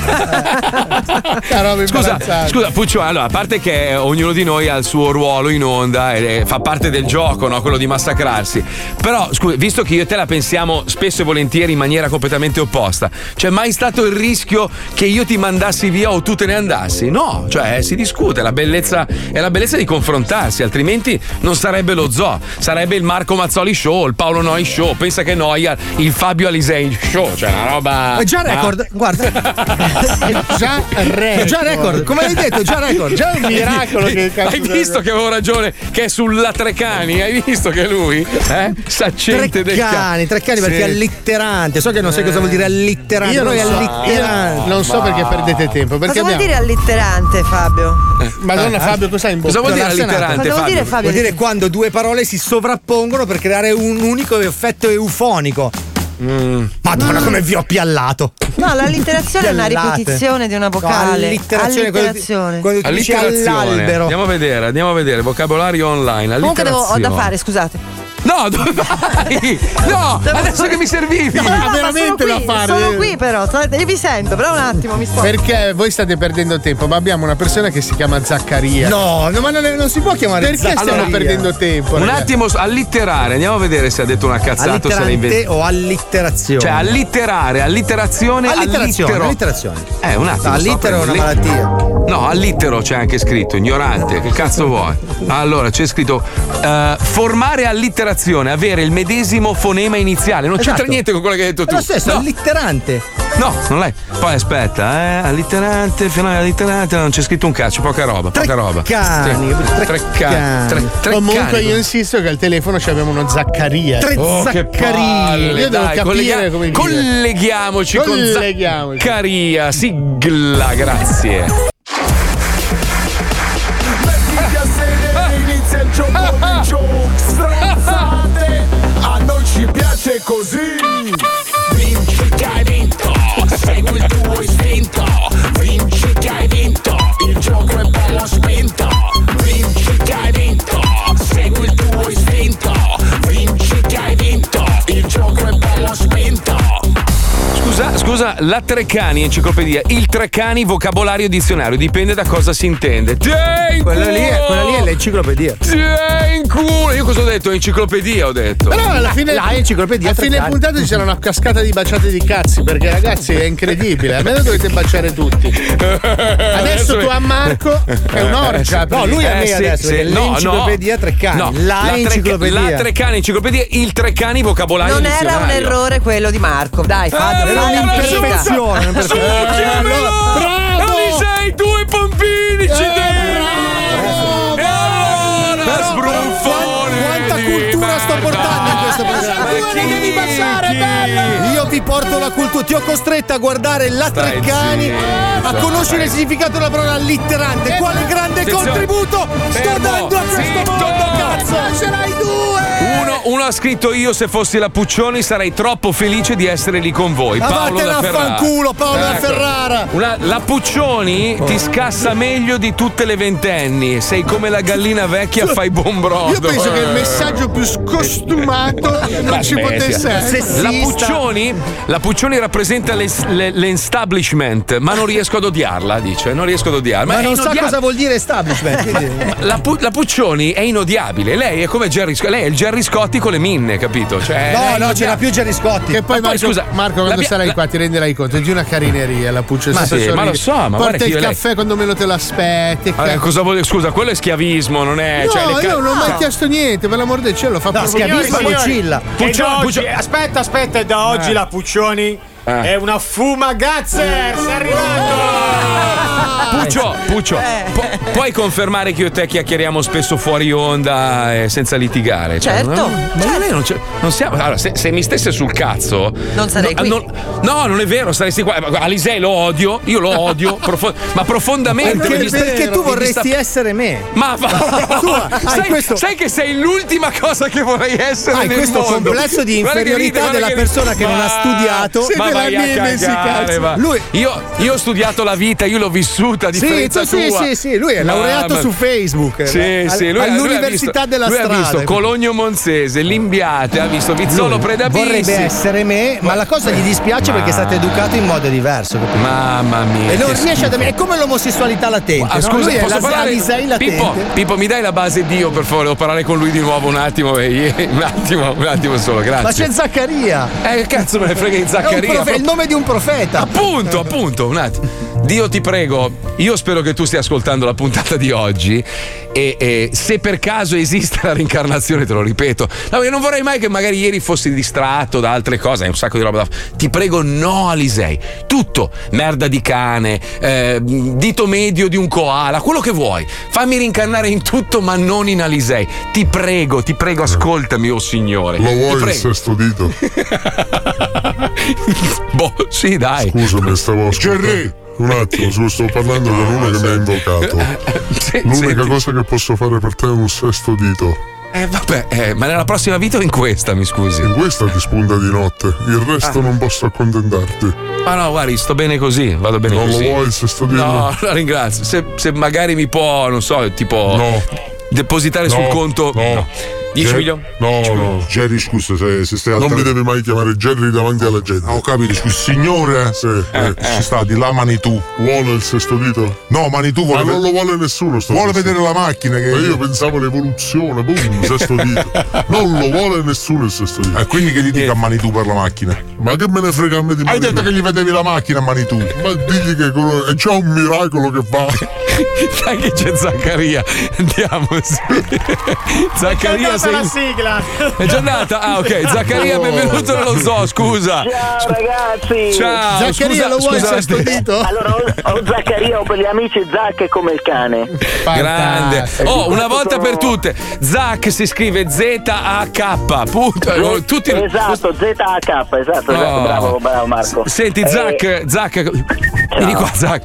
Scusa, Puccio, allora, a parte che ognuno di noi ha il suo ruolo in onda e fa parte del gioco, no? Quello di massacrarsi. Però, scusa, visto che io e te la pensiamo spesso e volentieri in maniera completamente opposta, c'è mai stato il rischio che io ti mandassi via o tu te ne andassi? No, cioè si discute, è la bellezza di confrontarsi, altrimenti non sarebbe lo zoo, sarebbe il Marco Mazzoli Show, il Paolo Noi Show, pensa che noia, il Fabio Alisei Show, cioè una roba. È già record, guarda. È già record, come hai detto, già record. Già un miracolo che hai visto che avevo ragione, che è sulla Treccani, hai visto che lui? Saccente del Treccani perché è allitterante, so che non sai cosa vuol dire allitterante. Io non so perché perdete tempo. Perché cosa vuol dire allitterante, Fabio? Madonna, Fabio, cosa hai in bocca? Cosa vuol dire allitterante? Cosa vuol dire, Fabio? Vuol dire quando due parole si sovrappongono per creare un unico effetto eufonico. Madonna, come vi ho piallato. No, l'allitterazione è una ripetizione di una vocale. Alliterazione. Quando tu dici all'albero. Andiamo a vedere vocabolario online. Comunque ho da fare, scusate. No, dove vai? No, adesso che mi servivi. No, veramente da fare. Sono qui però, io vi sento, però un attimo mi sposto. Perché voi state perdendo tempo, ma abbiamo una persona che si chiama Zaccaria. No, ma non si può chiamare Zaccaria. Perché stiamo perdendo tempo? Un attimo, allitterare, andiamo a vedere se ha detto una cazzata o se l'ha inventato. O allitterazione. Cioè allitterare, allitterazione. Un attimo. Allittero è una malattia. No, allittero c'è anche scritto, ignorante, che cazzo vuoi? Allora, c'è scritto formare allitterazione, avere il medesimo fonema iniziale. Non c'entra niente con quello che hai detto tu. È lo stesso, allitterante. No, non l'hai. Poi aspetta, allitterante, finale allitterante, non c'è scritto un cazzo, poca roba. Treccani. Comunque io insisto che al telefono abbiamo uno Zaccaria. Zaccaria. Io devo capire come dire. Colleghiamoci con Zaccaria. Sigla, grazie. Mettiti a sedere, inizia il gioco dei giochi stronzate. A noi ci piace così. Vinci che hai vinto, segui il tuo istinto. Vinci che hai vinto, il gioco è bello spinto. Vinci che hai vinto, segui il tuo istinto. Vinci che hai vinto, il gioco è bello spinto. Scusa, la Treccani enciclopedia, il Treccani vocabolario dizionario, dipende da cosa si intende. Quella lì è l'enciclopedia. In culo! Io cosa ho detto? Enciclopedia ho detto. Però alla fine enciclopedia. A fine puntata ci sarà una cascata di baciate di cazzi, perché ragazzi è incredibile. Almeno dovete baciare tutti. Adesso tu a Marco è un'orgia. No, lui a me adesso. L'enciclopedia Treccani. No, la Treccani enciclopedia, il Treccani vocabolario non dizionario. Non era un errore quello di Marco. Dai, Fabio. Perfezione. Bravo! Alisei, tu e Pompini ci devi! devi passare, bello! Io vi porto la cultura, ti ho costretto a guardare la Treccani, a conoscere il significato della parola allitterante. Quale grande contributo sto dando a questo mondo, cazzo! Ce l'hai due! Uno ha scritto: io se fossi la Puccioni sarei troppo felice di essere lì con voi. Paolo da Ferrara. Vaffanculo, Paolo da Ferrara. La Puccioni ti scassa meglio di tutte le ventenni. Sei come la gallina vecchia, fai buon brodo. Io penso che il messaggio più scostumato non ci potesse essere. La Puccioni rappresenta l'establishment, ma non riesco ad odiarla, dice. Non riesco ad odiarla. Ma non sa cosa vuol dire establishment. La Puccioni è inodiabile. Lei è come Gerry Scotti. Lei è il Gerry Scotti con le minne, capito? Cioè, no, c'era più Gerry Scotti. Che poi Marco, quando sarai qua ti renderai conto di una carineria la Puccioni. Ma lo so, ma porta il caffè quando meno te l'aspetti. Cosa vuol dire? Scusa, quello è schiavismo, non è. No, cioè, io non ho mai chiesto niente, per l'amor del cielo, fa schiavismo Puccilla. Aspetta, da oggi la Puccioni è una fumagazzer, sta arrivando! Puccio, puoi confermare che io e te chiacchieriamo spesso fuori onda senza litigare? Certo. Ma lei non siamo. Allora, se mi stesse sul cazzo. Non sarei qui. No, non è vero, saresti qua. Alisei lo odio, io lo odio, ma profondamente. Perché tu vorresti essere me. Ma sai che sei l'ultima cosa che vorrei essere nel questo mondo. Complesso di inferiorità della persona che non ha studiato. Ma vai a cagare, io ho studiato la vita, io l'ho vissuta, a differenza tua. Sì, lui è laureato su Facebook. Sì, lui all'Università della Strada. Lui ha visto Cologno Monzese, Limbiate, ha visto Vizzolo Predabissi. Vorrebbe essere me, ma la cosa gli dispiace perché è stato educato in modo diverso. Capito? Mamma mia. E non riesce è come l'omosessualità latente. Scusa, lui posso è parlare? Pippo, mi dai la base Dio, per favore, devo parlare con lui di nuovo un attimo. Un attimo solo, grazie. Ma c'è Zaccaria. Cazzo me ne frega di Zaccaria. È il nome di un profeta. Appunto, un attimo. Dio ti prego, io spero che tu stia ascoltando la puntata di oggi e se per caso esiste la reincarnazione, te lo ripeto, no, io non vorrei mai che magari ieri fossi distratto da altre cose, hai un sacco di roba da fare. Ti prego, no, Alisei, tutto, merda di cane, dito medio di un koala, quello che vuoi, fammi reincarnare in tutto ma non in Alisei, ti prego, ascoltami, oh signore. Lo vuoi il sesto dito? Sì, dai. Scusami, stavo ascoltando. Un attimo, sto parlando con uno che mi ha invocato. L'unica cosa che posso fare per te è un sesto dito. Ma nella prossima vita o in questa, mi scusi? In questa ti spunta di notte, il resto non posso accontentarti. Ma no, guardi, sto bene così, vado bene non così. Non lo vuoi il sesto dito? No, la ringrazio. Se magari mi può, non so, tipo depositare sul conto. No. 10 milioni? No. Jerry, scusa, se stai non mi devi mai chiamare Jerry davanti alla gente. Ho capito, scusa, signore. Ci sta di là Manitou. Vuole il sesto dito? No, Manitou vuole. Ma non lo vuole nessuno. Vuole vedere la macchina. Ma io pensavo l'evoluzione, boom, sesto dito. Non lo vuole nessuno il sesto dito. E quindi che gli dica a Manitou per la macchina? Ma che me ne frega a me di Hai detto che gli vedevi la macchina a Manitou. Ma digli che è già un miracolo che fa. Dai che c'è Zaccaria. Andiamo, sì. Zaccaria la sigla. È già andata? Ah, ok. Zaccaria, benvenuto nello zoo, scusa. Ciao ragazzi. Ciao. Zaccaria, lo vuoi il sesto dito? Allora, o Zaccaria o per gli amici Zac è come il cane. Grande. Una volta per tutte. Zac si scrive Z-A-K. Punto. Tutti... Esatto, Z-A-K, esatto. Bravo Marco. Senti, Zac. Vieni qua, Zac.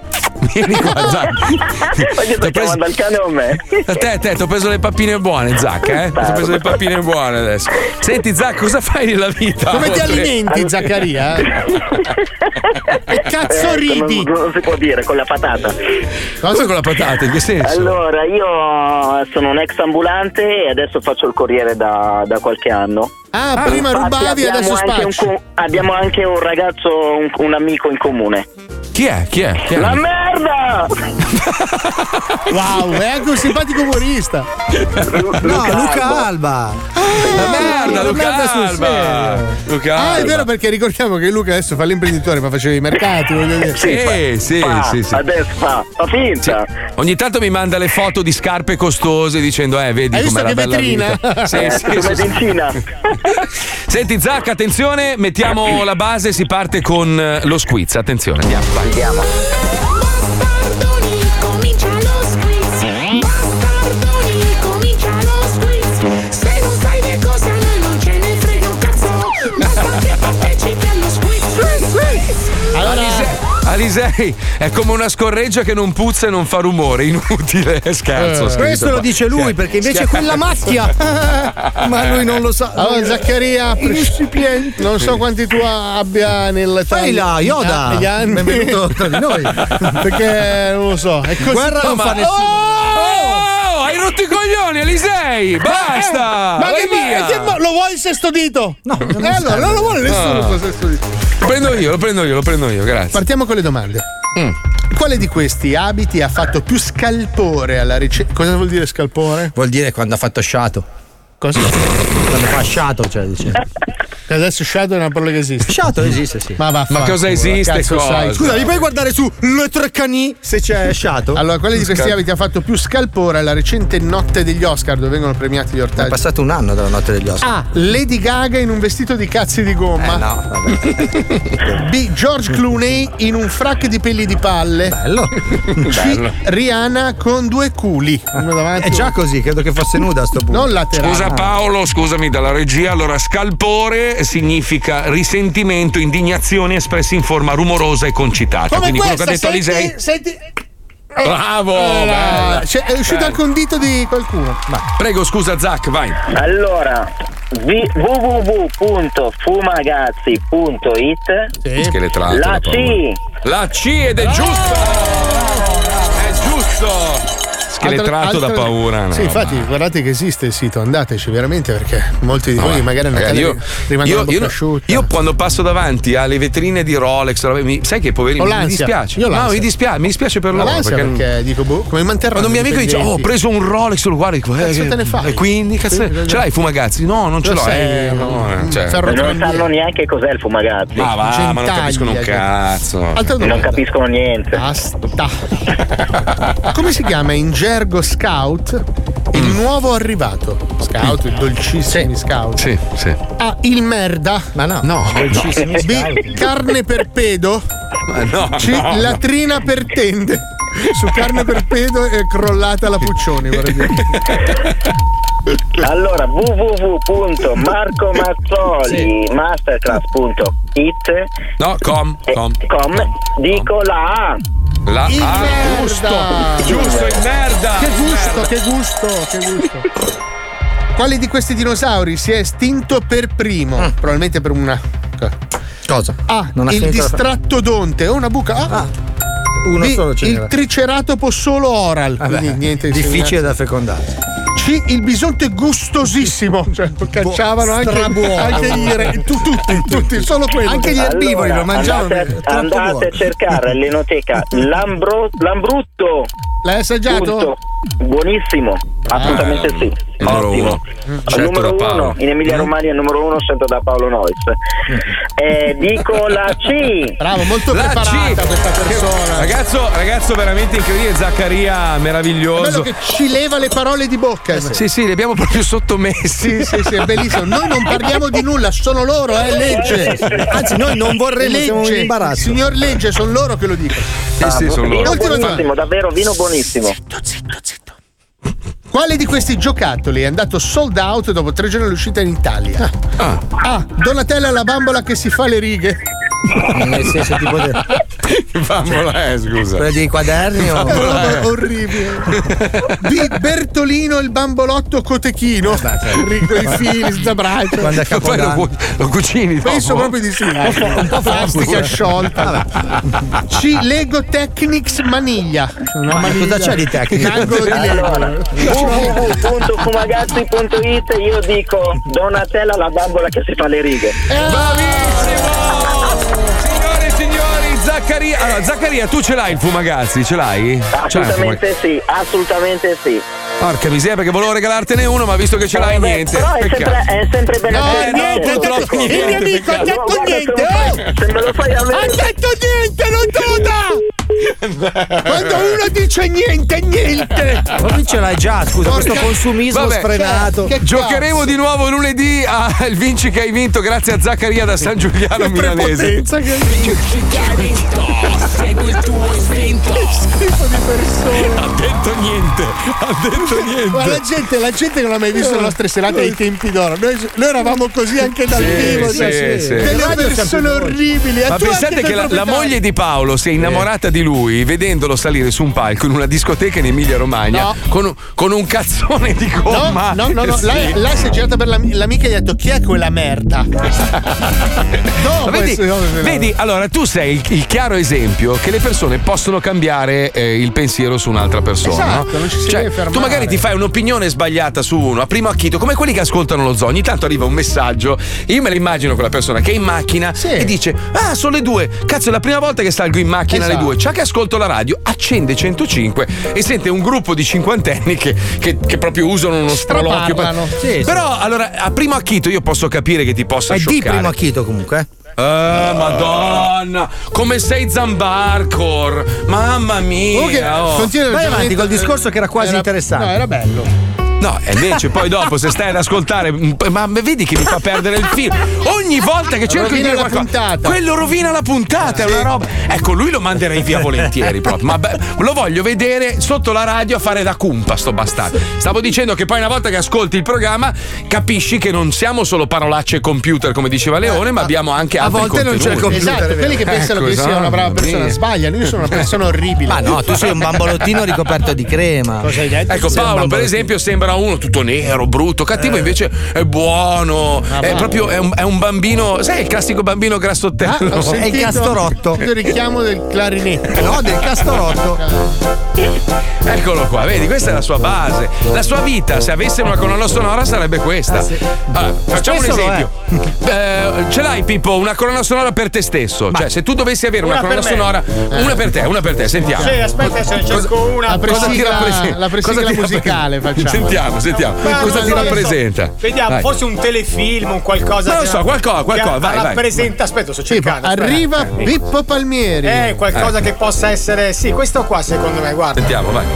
Ma che stai chiamando al cane o a me? A te, ti ho preso le pappine buone, Zac, Ti ho preso le pappine buone adesso. Senti, Zac, cosa fai nella vita? Come ti alimenti, Zaccaria? Che cazzo ridi? Non si può dire, con la patata. Cosa con la patata? In che senso? Allora, io sono un ex ambulante e adesso faccio il corriere da qualche anno. Prima rubavi e adesso spacci. Abbiamo anche un ragazzo, un amico in comune. Chi è? La merda! Wow, è anche un simpatico umorista. Luca Alba. Luca Alba. È vero, perché ricordiamo che Luca adesso fa l'imprenditore, ma faceva i mercati, voglio dire. Sì. Adesso fa finta. Sì. Ogni tanto mi manda le foto di scarpe costose dicendo vedi com'è la bella vita. Sì. In Cina. Senti Zac, attenzione, mettiamo la base, si parte con lo squiz. Attenzione, andiamo. Bastardoni, comincia lo squiz. Bastardoni, comincia lo squiz. Se non sai che cosa noi non ce ne frega un cazzo. Alisei è come una scorreggia che non puzza e non fa rumore, inutile, scherzo. Questo lo dice lui, perché invece quella macchia ma lui non lo sa. Allora Zaccaria, non so quanti tu abbia nel fai là, Yoda, benvenuto tra di noi. Perché non lo so, è così. Guerra non fa nessuno. Hai rotto i coglioni, Alisei! Basta! Ma che lo vuoi il sesto dito? No, allora non lo vuole nessuno il sesto dito. Lo prendo io, grazie. Partiamo con le domande. Quale di questi abiti ha fatto più scalpore alla ricerca? Cosa vuol dire scalpore? Vuol dire quando ha fatto sciato. Cosa? Quando fa sciato, cioè dice. Adesso sciato è una parola che esiste. Sciato esiste, sì. Ma cosa esiste? Cosa? Scusa, mi puoi guardare su Le Treccani se c'è sciato? Allora, quale di questi abiti ha fatto più scalpore alla recente notte degli Oscar, dove vengono premiati gli ortaggi? È passato un anno dalla notte degli Oscar. A. Lady Gaga in un vestito di cazzi di gomma. No, vabbè. B. George Clooney in un frac di pelli di palle. Bello. C. Rihanna con due culi. Uno davanti. È già così, credo che fosse nuda a sto punto. Non laterale. Scusa Paolo, scusami dalla regia. Allora, scalpore significa risentimento, indignazione espressi in forma rumorosa e concitata. Come quindi questa, quello che ha detto Alisei. Senti. Bravo! Cioè, è uscito anche un dito di qualcuno. Prego, scusa Zac, vai. Allora, www.fumagazzi.it. Sì. Scheletrato. La C ed è giusto! È giusto! Scheletrato da paura. Sì, infatti, guardate che esiste il sito, andateci veramente, perché molti di voi magari a Natale rimangono un po' prosciutti. Io quando passo davanti alle vetrine di Rolex, sai che poverini, mi dispiace. Mi dispiace per loro. Perché dico, come manterrò. Quando un mio amico dice, ho preso un Rolex, lo guardi, cazzo te ne fai? E quindi, ce l'hai Fumagazzi? No, non ce l'ho. Non sanno neanche cos'è il Fumagazzi. Ma non capiscono un cazzo. Non capiscono niente. Basta. Come si chiama in gergo scout il nuovo arrivato? Scout, i dolcissimi scout. Sì. A. Il merda. Ma no. Dolcissimi B. Carne per pedo. Ma no. C. Latrina per tende. Su carne per pedo è crollata la Puccioni, vorrei dire. Allora, www.marcomazzolimasterclass.it. No, com. Dico la A. La A, giusto, il merda. Che gusto. Quale di questi dinosauri si è estinto per primo? Probabilmente per una cosa. A. Il distrattodonte o una buca. Uno B. solo ce n'era. Il triceratopo solo oral. Quindi niente difficile da fecondare. C. Il bisonte gustosissimo. Cioè lo cacciavano anche tutti, solo quelli. Anche gli erbivori lo mangiavano. Andate a cercare all'enoteca Lambrutto. L'hai assaggiato? Buonissimo, assolutamente sì. Ottimo. Numero 1 in Emilia Romagna, numero 1 scelto da Paolo Nois. Dico la C. Bravo, molto preparata questa persona. Ragazzo veramente incredibile. Zaccaria meraviglioso. È bello che ci leva le parole di bocca. Sì, li abbiamo proprio sottomessi. Sì, è bellissimo. Noi non parliamo di nulla, sono loro, legge. Anzi, noi non vorremmo, siamo in imbarazzo. Signor legge, sono loro che lo dicono. Sì, sono loro. Vino buonissimo, davvero vino buonissimo. Zitto. Quale di questi giocattoli è andato sold out dopo 3 giorni all'uscita in Italia? A. Donatella la bambola che si fa le righe. Nel senso tipo che bambola è, scusa? Quella dei quaderni o orribile. B. Bertolino il bambolotto cotechino. Con i fili senza braccia. Quando è Capodanno. Lo cucini. Penso proprio di sì. Un po' plastica sciolta. C. Lego Technics maniglia. Cosa c'è di tecnica? Angolo di Lego. www.fumagazzi.it. Io dico Donatella la bambola che si fa le righe. Bravissimo! Signori, Zaccaria. Allora, Zaccaria, tu ce l'hai il Fumagazzi? Ce l'hai? Assolutamente sì. Porca miseria, perché volevo regalartene uno, ma visto che ce l'hai, niente. Però è sempre bene. Niente, il mio amico ha detto niente. Se me lo fai a me. Ha detto niente, non te lo dà. Quando uno dice niente. Ma qui ce l'hai già, scusa, questo consumismo sfrenato. Giocheremo di nuovo lunedì al Vinci che hai vinto grazie a Zaccaria da San Giuliano Milanese. Segui il tuo istinto. Che schifo di persona. Ha detto niente. Ma la gente non ha mai visto le nostre serate ai tempi d'oro. Noi eravamo così anche dal vivo. Delle persone orribili. Ma pensate che la moglie di Paolo si è innamorata di lui vedendolo salire su un palco in una discoteca in Emilia Romagna con un cazzone di gomma. No. Lei si è girata per l'amica e ha detto: chi è quella merda? Vedi, allora tu sei il chiaro esempio che le persone possono cambiare il pensiero su un'altra persona. Esatto, no? non ci si deve fermare. Tu magari ti fai un'opinione sbagliata su uno a primo acchito, come quelli che ascoltano lo zoo. Ogni tanto arriva un messaggio, io me la immagino quella persona che è in macchina e dice: ah, sono le 2, cazzo, è la prima volta che salgo in macchina alle 2, c'ha che ascolto la radio, accende 105 e sente un gruppo di cinquantenni che proprio usano uno sproloquio. Però allora a primo acchito io posso capire che ti possa scioccare. È di primo acchito comunque. Madonna, come sei Zambarcor, mamma mia. Vai avanti col discorso che era quasi interessante. No, era bello. No, e invece poi dopo se stai ad ascoltare, ma vedi che mi fa perdere il film. Ogni volta che cerco di dire qualcosa, quello rovina la puntata, è una roba. Ecco, lui lo manderei via volentieri proprio. Ma lo voglio vedere sotto la radio a fare da cumpa sto bastardo. Stavo dicendo che poi una volta che ascolti il programma capisci che non siamo solo parolacce e computer come diceva Leone, ma abbiamo anche altri volte contenuti. non c'è il computer. Esatto, quelli che pensano che sia una brava persona sbagliano. Io sono una persona orribile. Ma no, tu sei un bambolottino ricoperto di crema. Cosa hai detto? Ecco, Paolo per esempio sembra uno tutto nero, brutto, cattivo, invece è buono, è proprio è un bambino, sai, il classico bambino grassottello. È il castorotto. Il richiamo del clarinetto. No, del castorotto. Eccolo qua, vedi, questa è la sua base. La sua vita, se avesse una colonna sonora, sarebbe questa. Allora, facciamo un esempio. Ce l'hai, Pippo, una colonna sonora per te stesso? Cioè, se tu dovessi avere una colonna sonora, una per te, sentiamo. Sì, aspetta, se ne cerco una. La presigla musicale facciamo. Sentiamo. Cosa ti rappresenta? Vediamo, Vai. forse un telefilm, un qualcosa. Non lo so, qualcosa, vai. Rappresenta, aspetta, sto cercando. Arriva Pippo Palmieri. Qualcosa che possa essere. Sì, questo qua secondo me, guarda. Sentiamo, vai.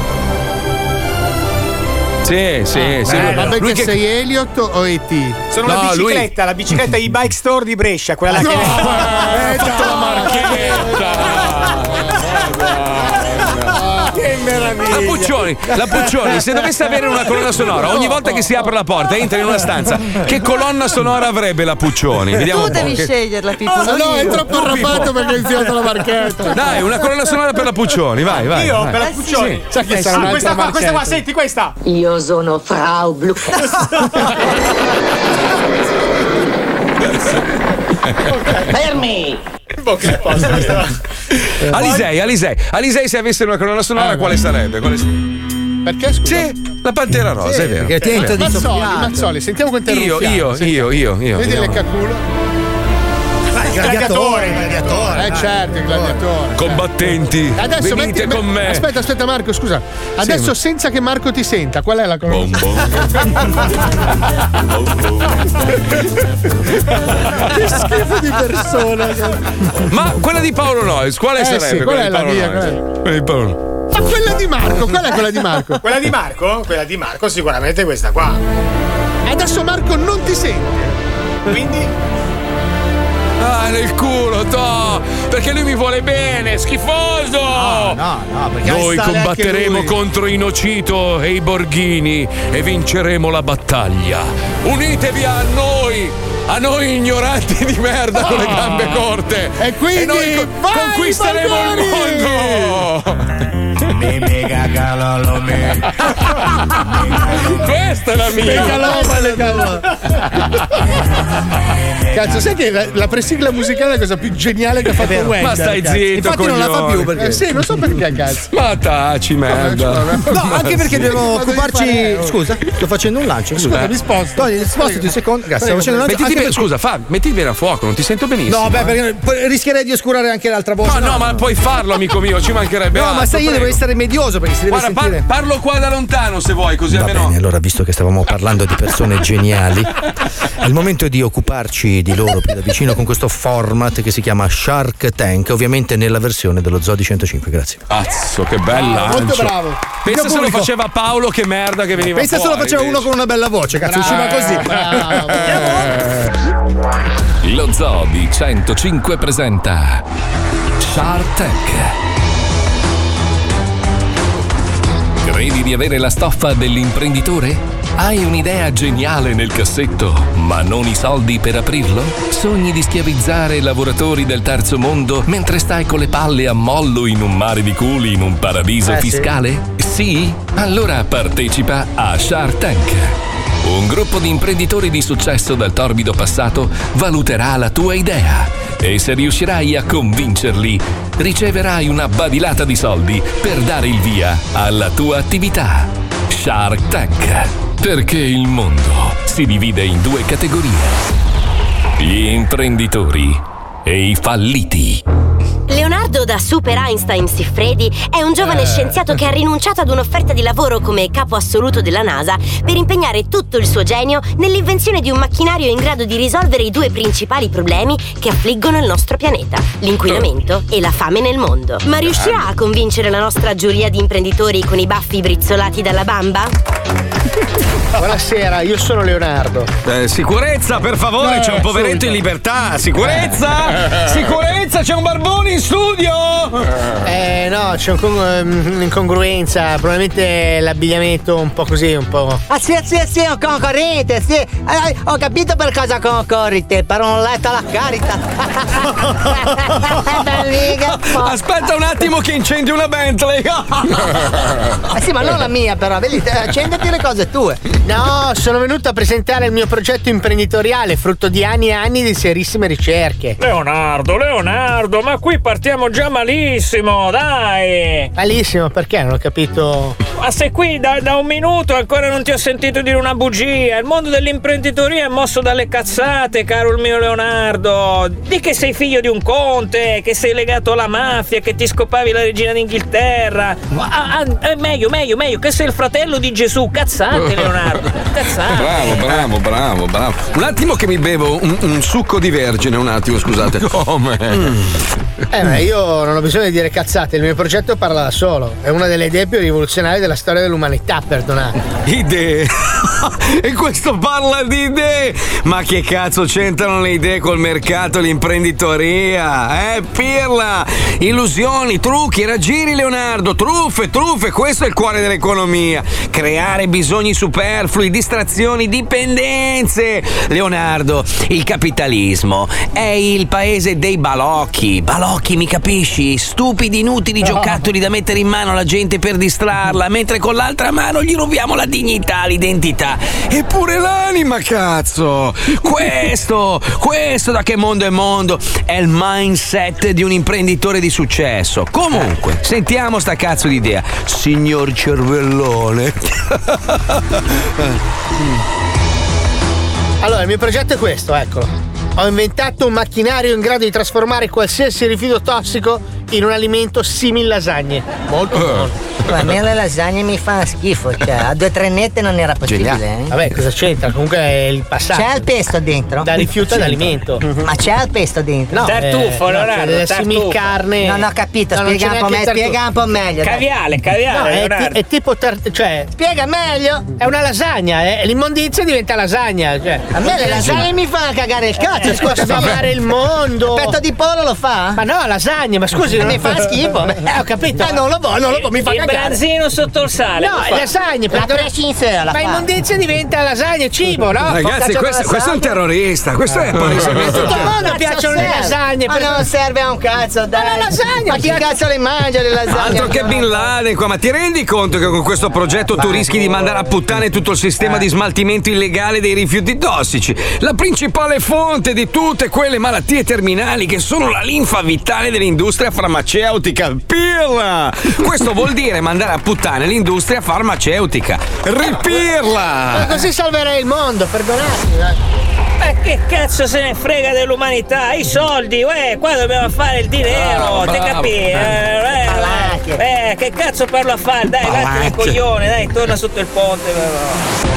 Sì. Ma perché sei Elliot o E.T.? Sono una bicicletta, la bicicletta di Bike Store di Brescia, quella là che hai fatto la marchetta. Che meraviglia! La Puccioni, se dovesse avere una colonna sonora, ogni volta che si apre la porta, entra in una stanza, che colonna sonora avrebbe la Puccioni? Vediamo tu devi sceglierla, Pippo. No, è troppo arrabbiato perché hai iniziato la marchetta. Dai, una colonna sonora per la Puccioni, vai. Io per la Puccioni. Sai che sarà questa qua, senti questa. Io sono Frau Blu. Fermi! Alisei, se avesse una colonna sonora, quale sarebbe? Perché scusa? Sì, la Pantera Rosa, è vero. Perché tenta di Mazzoli, sentiamo quanto è Io. Vedi il leccaculo? Il gladiatore. Certo, il gladiatore. Combattenti, adesso venite con me. Aspetta Marco, scusa. Adesso senza che Marco ti senta, qual è la colonna? Che schifo di persona. Ma quella di Paolo Noyes, quale sarebbe? Sì, qual è la mia? Quella di Paolo. Ma quella di Marco, qual è quella di Marco? Quella di Marco? Quella di Marco sicuramente questa qua. Adesso Marco non ti sente. Quindi? Ah, nel culo, perché lui mi vuole bene, schifoso! No, perché noi combatteremo contro i Nocito e i Borghini e vinceremo la battaglia. Unitevi a noi ignoranti di merda con le gambe corte. E quindi noi conquisteremo il mondo! Questa è la mia! Cazzo, sai che la presigla musicale è la cosa più geniale che ha fatto Wender? Ma stai zitto, infatti non la fa più perché sì, non so perché, cazzo. Ma taci, merda. No, anche perché dobbiamo occuparci. Scusa, sto facendo un lancio. Scusa, risposta. Togli, spostati un secondo. Grazie, sto facendo un lancio. Scusa, mettiti bene a fuoco, non ti sento benissimo. No, perché rischierei di oscurare anche l'altra voce. No, ma puoi farlo, amico mio, ci mancherebbe altro. No, ma sai, io devo stare essere medioso perché si deve sentire. Parlo qua da lontano se vuoi, così Va almeno. bene, allora visto che stavamo parlando di persone geniali, è il momento di occuparci di loro più da vicino con questo format che si chiama Shark Tank, ovviamente nella versione dello Zoo di 105. Grazie. Cazzo, che bella. Molto bravo. Pensa se lo faceva Paolo, che merda che veniva Pensa fuori. se lo faceva uno con una bella voce, cazzo, usciva così. Lo Zoo di 105 presenta Shark Tank. Credi di avere la stoffa dell'imprenditore? Hai un'idea geniale nel cassetto, ma non i soldi per aprirlo? Sogni di schiavizzare lavoratori del terzo mondo mentre stai con le palle a mollo in un mare di culi in un paradiso fiscale? Sì? Allora partecipa a Shark Tank. Un gruppo di imprenditori di successo dal torbido passato valuterà la tua idea e se riuscirai a convincerli, riceverai una badilata di soldi per dare il via alla tua attività. Shark Tank, perché il mondo si divide in due categorie: gli imprenditori e i falliti. Leonardo da Super Einstein Siffredi è un giovane scienziato che ha rinunciato ad un'offerta di lavoro come capo assoluto della NASA per impegnare tutto il suo genio nell'invenzione di un macchinario in grado di risolvere i due principali problemi che affliggono il nostro pianeta: l'inquinamento e la fame nel mondo. Ma riuscirà a convincere la nostra giuria di imprenditori con i baffi brizzolati dalla bamba? Buonasera, io sono Leonardo. Sicurezza, per favore, c'è un poveretto in libertà. Sicurezza! Sicurezza, c'è un barbone in studio! No, c'è un'incongruenza. Probabilmente l'abbigliamento un po' così, un po'. Sì, ho concorrente, sì. Ho capito per cosa concorrite, per un letto alla carità. Aspetta un attimo che incendi una Bentley. Sì, ma non la mia, però, vedi, accenditi le cose tue. No, sono venuto a presentare il mio progetto imprenditoriale, frutto di anni e anni di serissime ricerche. Leonardo, ma qui partiamo già malissimo, dai! Malissimo, perché? Non ho capito. Ma se qui da un minuto ancora non ti ho sentito dire una bugia. Il mondo dell'imprenditoria è mosso dalle cazzate, caro il mio Leonardo. Di che sei figlio di un conte, che sei legato alla mafia, che ti scopavi la regina d'Inghilterra. Meglio, che sei il fratello di Gesù. Cazzate, Leonardo. Cazzate. Bravo. Un attimo che mi bevo un succo di vergine, un attimo, scusate. Come? Ma io non ho bisogno di dire cazzate, il mio progetto parla da solo. È una delle idee più rivoluzionarie della storia dell'umanità, perdonate. Idee? E questo parla di idee? Ma che cazzo c'entrano le idee col mercato e l'imprenditoria? Pirla! Illusioni, trucchi, raggiri, Leonardo, truffe, questo è il cuore dell'economia. Creare bisogni superflui, distrazioni, dipendenze. Leonardo, il capitalismo è il paese dei balocchi, mi capisci? Stupidi, inutili giocattoli da mettere in mano alla gente per distrarla, mentre con l'altra mano gli rubiamo la dignità, l'identità e pure l'anima, cazzo! Questo da che mondo è mondo è il mindset di un imprenditore di successo. Comunque, sentiamo sta cazzo di idea, signor cervellone. Allora, il mio progetto è questo, eccolo. Ho inventato un macchinario in grado di trasformare qualsiasi rifiuto tossico in un alimento simil lasagne. Molto buono. A me le lasagne mi fanno schifo, cioè a 2 o 3 nette non era possibile. Vabbè, cosa c'entra? Comunque è il passato. C'è il pesto dentro? Da rifiuto ad alimento. Ma c'è il pesto dentro? No, tartufo, Leonardo. Simil carne. Non ho capito, No, spiega un po' meglio. Caviale, No, è tipo cioè. Spiega meglio. È una lasagna, l'immondizia diventa lasagna. Cioè. A me le lasagne mi fanno cagare il cazzo. Scusa, amare il mondo. Il petto di pollo lo fa? Ma no, lasagne, ma scusi. Mi fa schifo. Ho capito. Non lo può, mi fa cagare. Il branzino sotto il sale. No, lasagne. La dressing ma immondizia diventa lasagna, cibo, no? Ragazzi, questo è un terrorista. Questo è palesemente. Tutto il mondo piacciono le lasagne. Ma non serve a un cazzo, dai. Ma la lasagna. Ma chi cazzo le mangia le lasagne? Altro che Bin Laden qua, ma ti rendi conto che con questo progetto tu rischi di mandare a puttane tutto il sistema di smaltimento illegale dei rifiuti tossici? La principale fonte di tutte quelle malattie terminali che sono la linfa vitale dell'industria farmaceutica. Pirla! Questo vuol dire mandare a puttane l'industria farmaceutica. Ripirla! Ma così salverei il mondo, perdonatemi. Ma che cazzo se ne frega dell'umanità? I soldi, qua dobbiamo fare il dinero, te capisci? Che cazzo parlo a fare? Dai, vattene coglione, dai, torna sotto il ponte.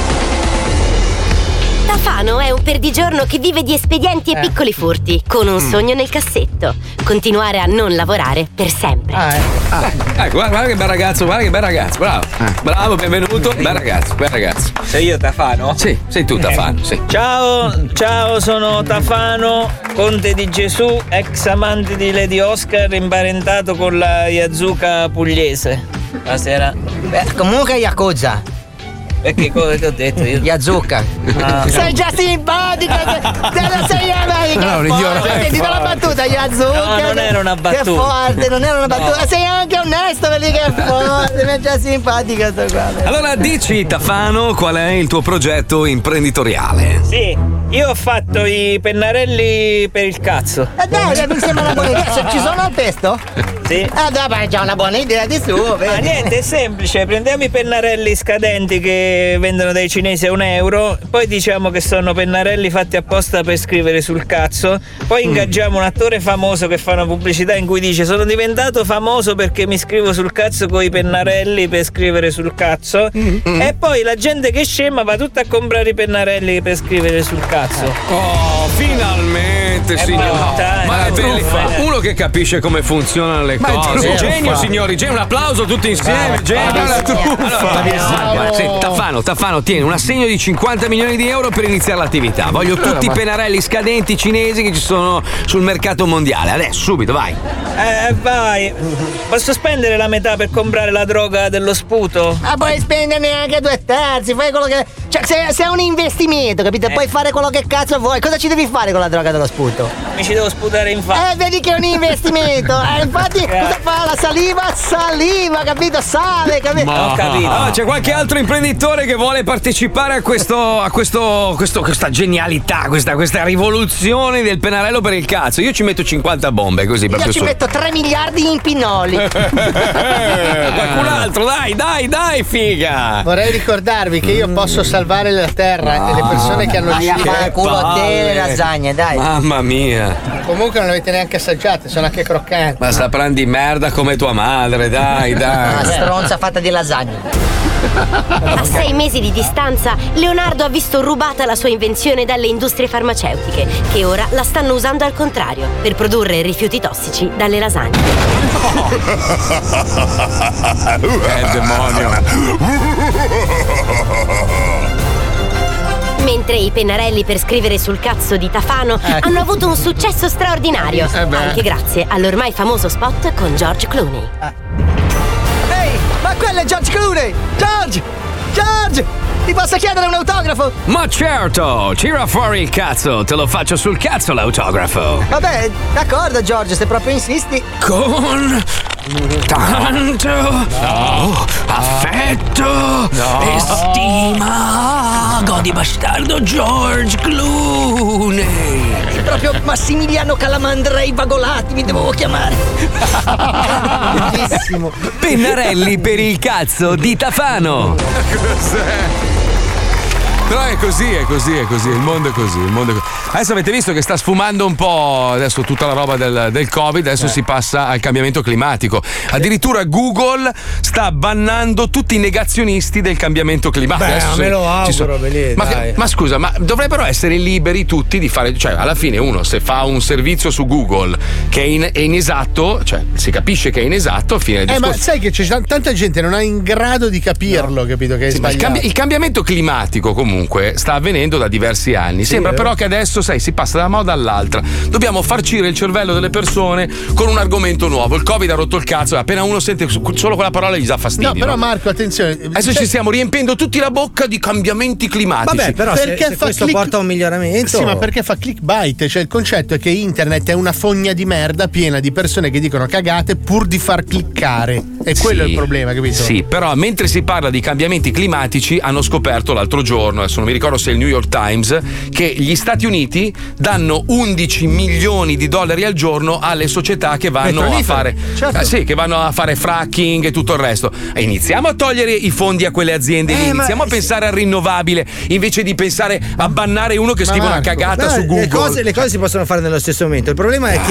Tafano è un perdigiorno che vive di espedienti e piccoli furti, con un sogno nel cassetto: continuare a non lavorare per sempre. Guarda che bel ragazzo, bravo. Bravo, benvenuto, bel ragazzo. Sei io Tafano? Sì, sei tu Tafano, sì. Ciao, sono Tafano, conte di Gesù, ex amante di Lady Oscar, imparentato con la Yazuka pugliese. Buonasera. Comunque Yakuza. Perché cosa ti ho detto io? Yazuka. Sei già simpatica! Te la sei America! Ti do la battuta, Yazuka! No, non era una battuta. Che forte, non era una battuta. No. Sei anche onesto, vedi che forte, mi è già simpatica sto qua. Allora dici Tafano, qual è il tuo progetto imprenditoriale? Sì, io ho fatto i pennarelli per il cazzo. Dai, mi sembra una buona idea. Ci sono al testo? Sì. Dai, c'è una buona idea di su. Ma niente, è semplice, prendiamo i pennarelli scadenti che vendono dai cinesi a €1, poi diciamo che sono pennarelli fatti apposta per scrivere sul cazzo, poi ingaggiamo un attore famoso che fa una pubblicità in cui dice: sono diventato famoso perché mi scrivo sul cazzo con i pennarelli per scrivere sul cazzo, e poi la gente che è scema va tutta a comprare i pennarelli per scrivere sul cazzo. Oh, finalmente, signore! Ma è uno che capisce come funzionano le cose. Genio, signori, un applauso tutti insieme. Genio, la truffa. Tafano, tieni un assegno di 50 milioni di euro per iniziare l'attività. Voglio tutti i pennarelli scadenti cinesi che ci sono sul mercato mondiale. Adesso, subito, vai. Vai. Posso spendere la metà per comprare la droga dello sputo? Puoi spenderne anche 2/3, fai quello che. Cioè, se è un investimento, capito? Puoi fare quello che cazzo vuoi. Cosa ci devi fare con la droga dello sputo? Mi ci devo sputare in faccia. Vedi che è un investimento. Infatti, cosa fa la saliva? Saliva, capito? Sale, capito? Ho capito. No, c'è qualche altro imprenditore che vuole partecipare a questa genialità, questa rivoluzione del pennarello per il cazzo. Io ci metto 50 bombe così. Io ci metto 3 miliardi in pinnoli. Qualcun altro, dai, figa. Vorrei ricordarvi che io posso salvare la terra e le persone che hanno Vai a fare culo delle lasagne, dai. Mamma mia. Comunque non le avete neanche assaggiate, sono anche croccanti. Ma sapranno di merda come tua madre, dai. Una stronza fatta di lasagne. A 6 mesi di distanza, Leonardo ha visto rubata la sua invenzione dalle industrie farmaceutiche, che ora la stanno usando al contrario, per produrre rifiuti tossici dalle lasagne. Demonio. Mentre i pennarelli per scrivere sul cazzo di Tafano hanno avuto un successo straordinario, anche grazie all'ormai famoso spot con George Clooney. Ma quello è George Clooney! George! Ti posso chiedere un autografo? Ma certo! Tira fuori il cazzo, te lo faccio sul cazzo l'autografo! Vabbè, d'accordo George, se proprio insisti. Con tanto affetto e stima, godi bastardo George Clooney! Sei proprio Massimiliano Calamandrei Vagolati, mi devo chiamare. Bellissimo! Pennarelli per il cazzo di Tafano! Cos'è? Però è così, il mondo è così, Adesso avete visto che sta sfumando un po' adesso tutta la roba del Covid, adesso si passa al cambiamento climatico. Addirittura Google sta bannando tutti i negazionisti del cambiamento climatico. Me lo auguro, ma scusa, ma dovrebbero essere liberi tutti di fare, cioè alla fine uno se fa un servizio su Google che è inesatto, cioè si capisce che è inesatto, fine discorso. Ma sai che c'è tanta gente non è in grado di capirlo, capito? Che è sbagliato. Il cambiamento climatico comunque sta avvenendo da diversi anni. Sembra però che adesso, sai, si passa da una moda all'altra. Dobbiamo farcire il cervello delle persone con un argomento nuovo. Il Covid ha rotto il cazzo, appena uno sente solo quella parola gli dà fastidio. No, però Marco, attenzione. Adesso ci stiamo riempendo tutti la bocca di cambiamenti climatici. Vabbè, però perché se questo porta a un miglioramento. Sì, ma perché fa clickbait? Cioè il concetto è che internet è una fogna di merda piena di persone che dicono cagate pur di far cliccare. E quello è il problema, capito? Sì, però mentre si parla di cambiamenti climatici hanno scoperto l'altro giorno, adesso non mi ricordo se è il New York Times, che gli Stati Uniti danno 11 milioni di dollari al giorno alle società che vanno a fare che vanno a fare fracking e tutto il resto. E iniziamo a togliere i fondi a quelle aziende lì, iniziamo a pensare al rinnovabile invece di pensare a bannare uno che scrive una cagata su Google. Le cose si possono fare nello stesso momento. Il problema è che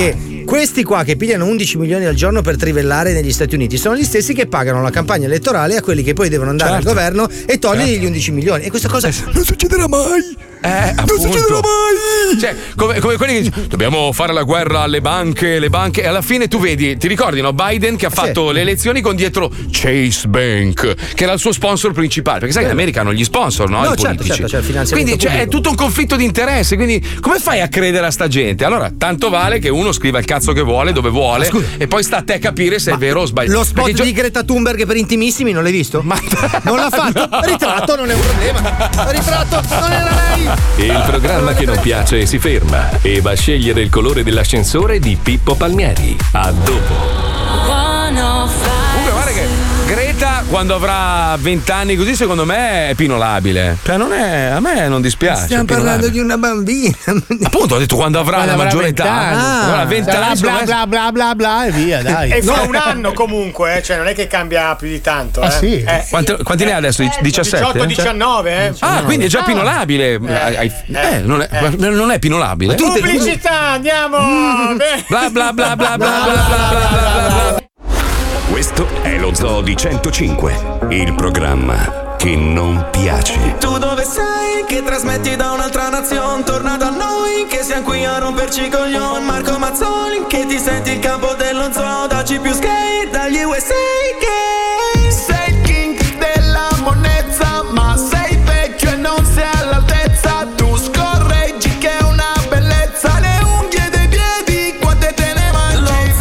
Questi qua che pigliano 11 milioni al giorno per trivellare negli Stati Uniti sono gli stessi che pagano la campagna elettorale a quelli che poi devono andare al governo e togliergli gli 11 milioni. E questa cosa non succederà mai. Non succederà mai. Cioè, come quelli che dicono dobbiamo fare la guerra alle banche, e alla fine tu vedi, ti ricordi, no? Biden che ha fatto le elezioni con dietro Chase Bank, che era il suo sponsor principale, perché sai che in America hanno gli sponsor, no? I politici. Certo, c'è il finanziamento quindi è tutto un conflitto di interesse, quindi come fai a credere a sta gente? Allora, tanto vale che uno scriva il cazzo che vuole, dove vuole, e poi sta a te capire se è vero o sbagliato. Lo spot di Greta Thunberg per intimissimi non l'hai visto? Non l'ha fatto? Ritratto, non è un problema. Ritratto, non era lei. Il programma che non piace si ferma e va a scegliere il colore dell'ascensore di Pippo Palmieri. A dopo. Comunque guarda che Greta quando avrà 20 anni così secondo me è pinolabile. Cioè non è, a me non dispiace. Stiamo parlando di una bambina. Appunto ho detto quando avrà la maggiore età. Allora 20 anni bla bla bla bla bla e via, dai. E fa un anno comunque, cioè non è che cambia più di tanto. Ah sì. Quanti ne ha adesso? 17? 18-19, quindi è già pinolabile. Non è pinolabile. Pubblicità, andiamo! Bla bla bla bla bla bla bla. Questo è lo Zoo di 105, il programma che non piace. Tu dove sei? Che trasmetti da un'altra nazione? Torna da noi, che siamo qui a romperci i coglioni. Marco Mazzoli, che ti senti il capo dello zoo. Dacci più skate dagli USA. Che sei il king della monnezza, ma sei vecchio e non sei all'altezza. Tu scorreggi che è una bellezza. Le unghie dei piedi, quante te ne mangi?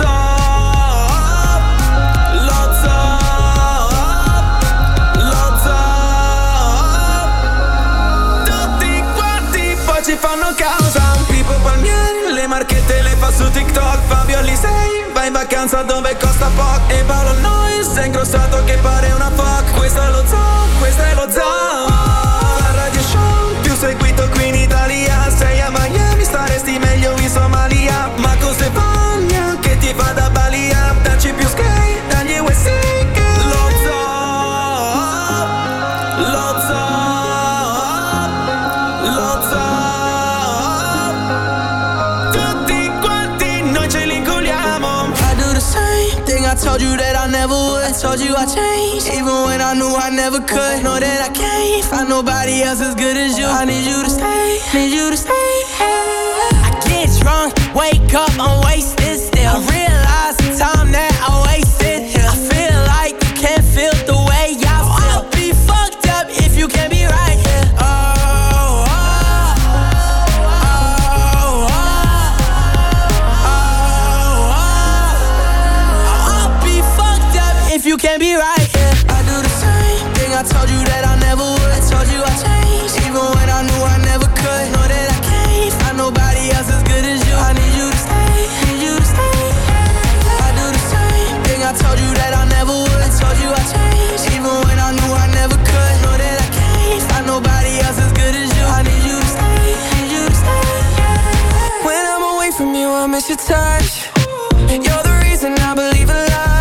Ci fanno causa. Pippo Palmieri, le marchette le fa su TikTok. Fabio Alisei, va in vacanza dove costa poco. E Paolo Noyes, sei ingrossato che pare una fuck. Questo è lo zoo, questo è lo zoo. La radio show più seguito qui in Italia. Sei a Miami, staresti meglio in Somalia. Ma cos'è voglia che ti fa da balia? Dacci più skate dagli USA. Lo zoo, lo zoo. I told you that I never would. I told you I changed, even when I knew I never could. Know that I can't find nobody else as good as you. I need you to stay, need you to stay. I get drunk, wake up, I'm wasted still. I realize the time that I wasted here. I feel like you can't feel the way I feel. I'll be fucked up if you can't be right here. If you can't be right, yeah. I do the same thing, I told you that I never would. I told you I changed, even when I knew I never could. Know that I can't find nobody else as good as you. I need you to stay, need you to stay. I do the same thing, I told you that I never would. I told you I changed, even when I knew I never could. Know that I can't find nobody else as good as you. I need you to stay, need you to stay. When I'm away from you, I miss your touch. You're the reason I believe in love.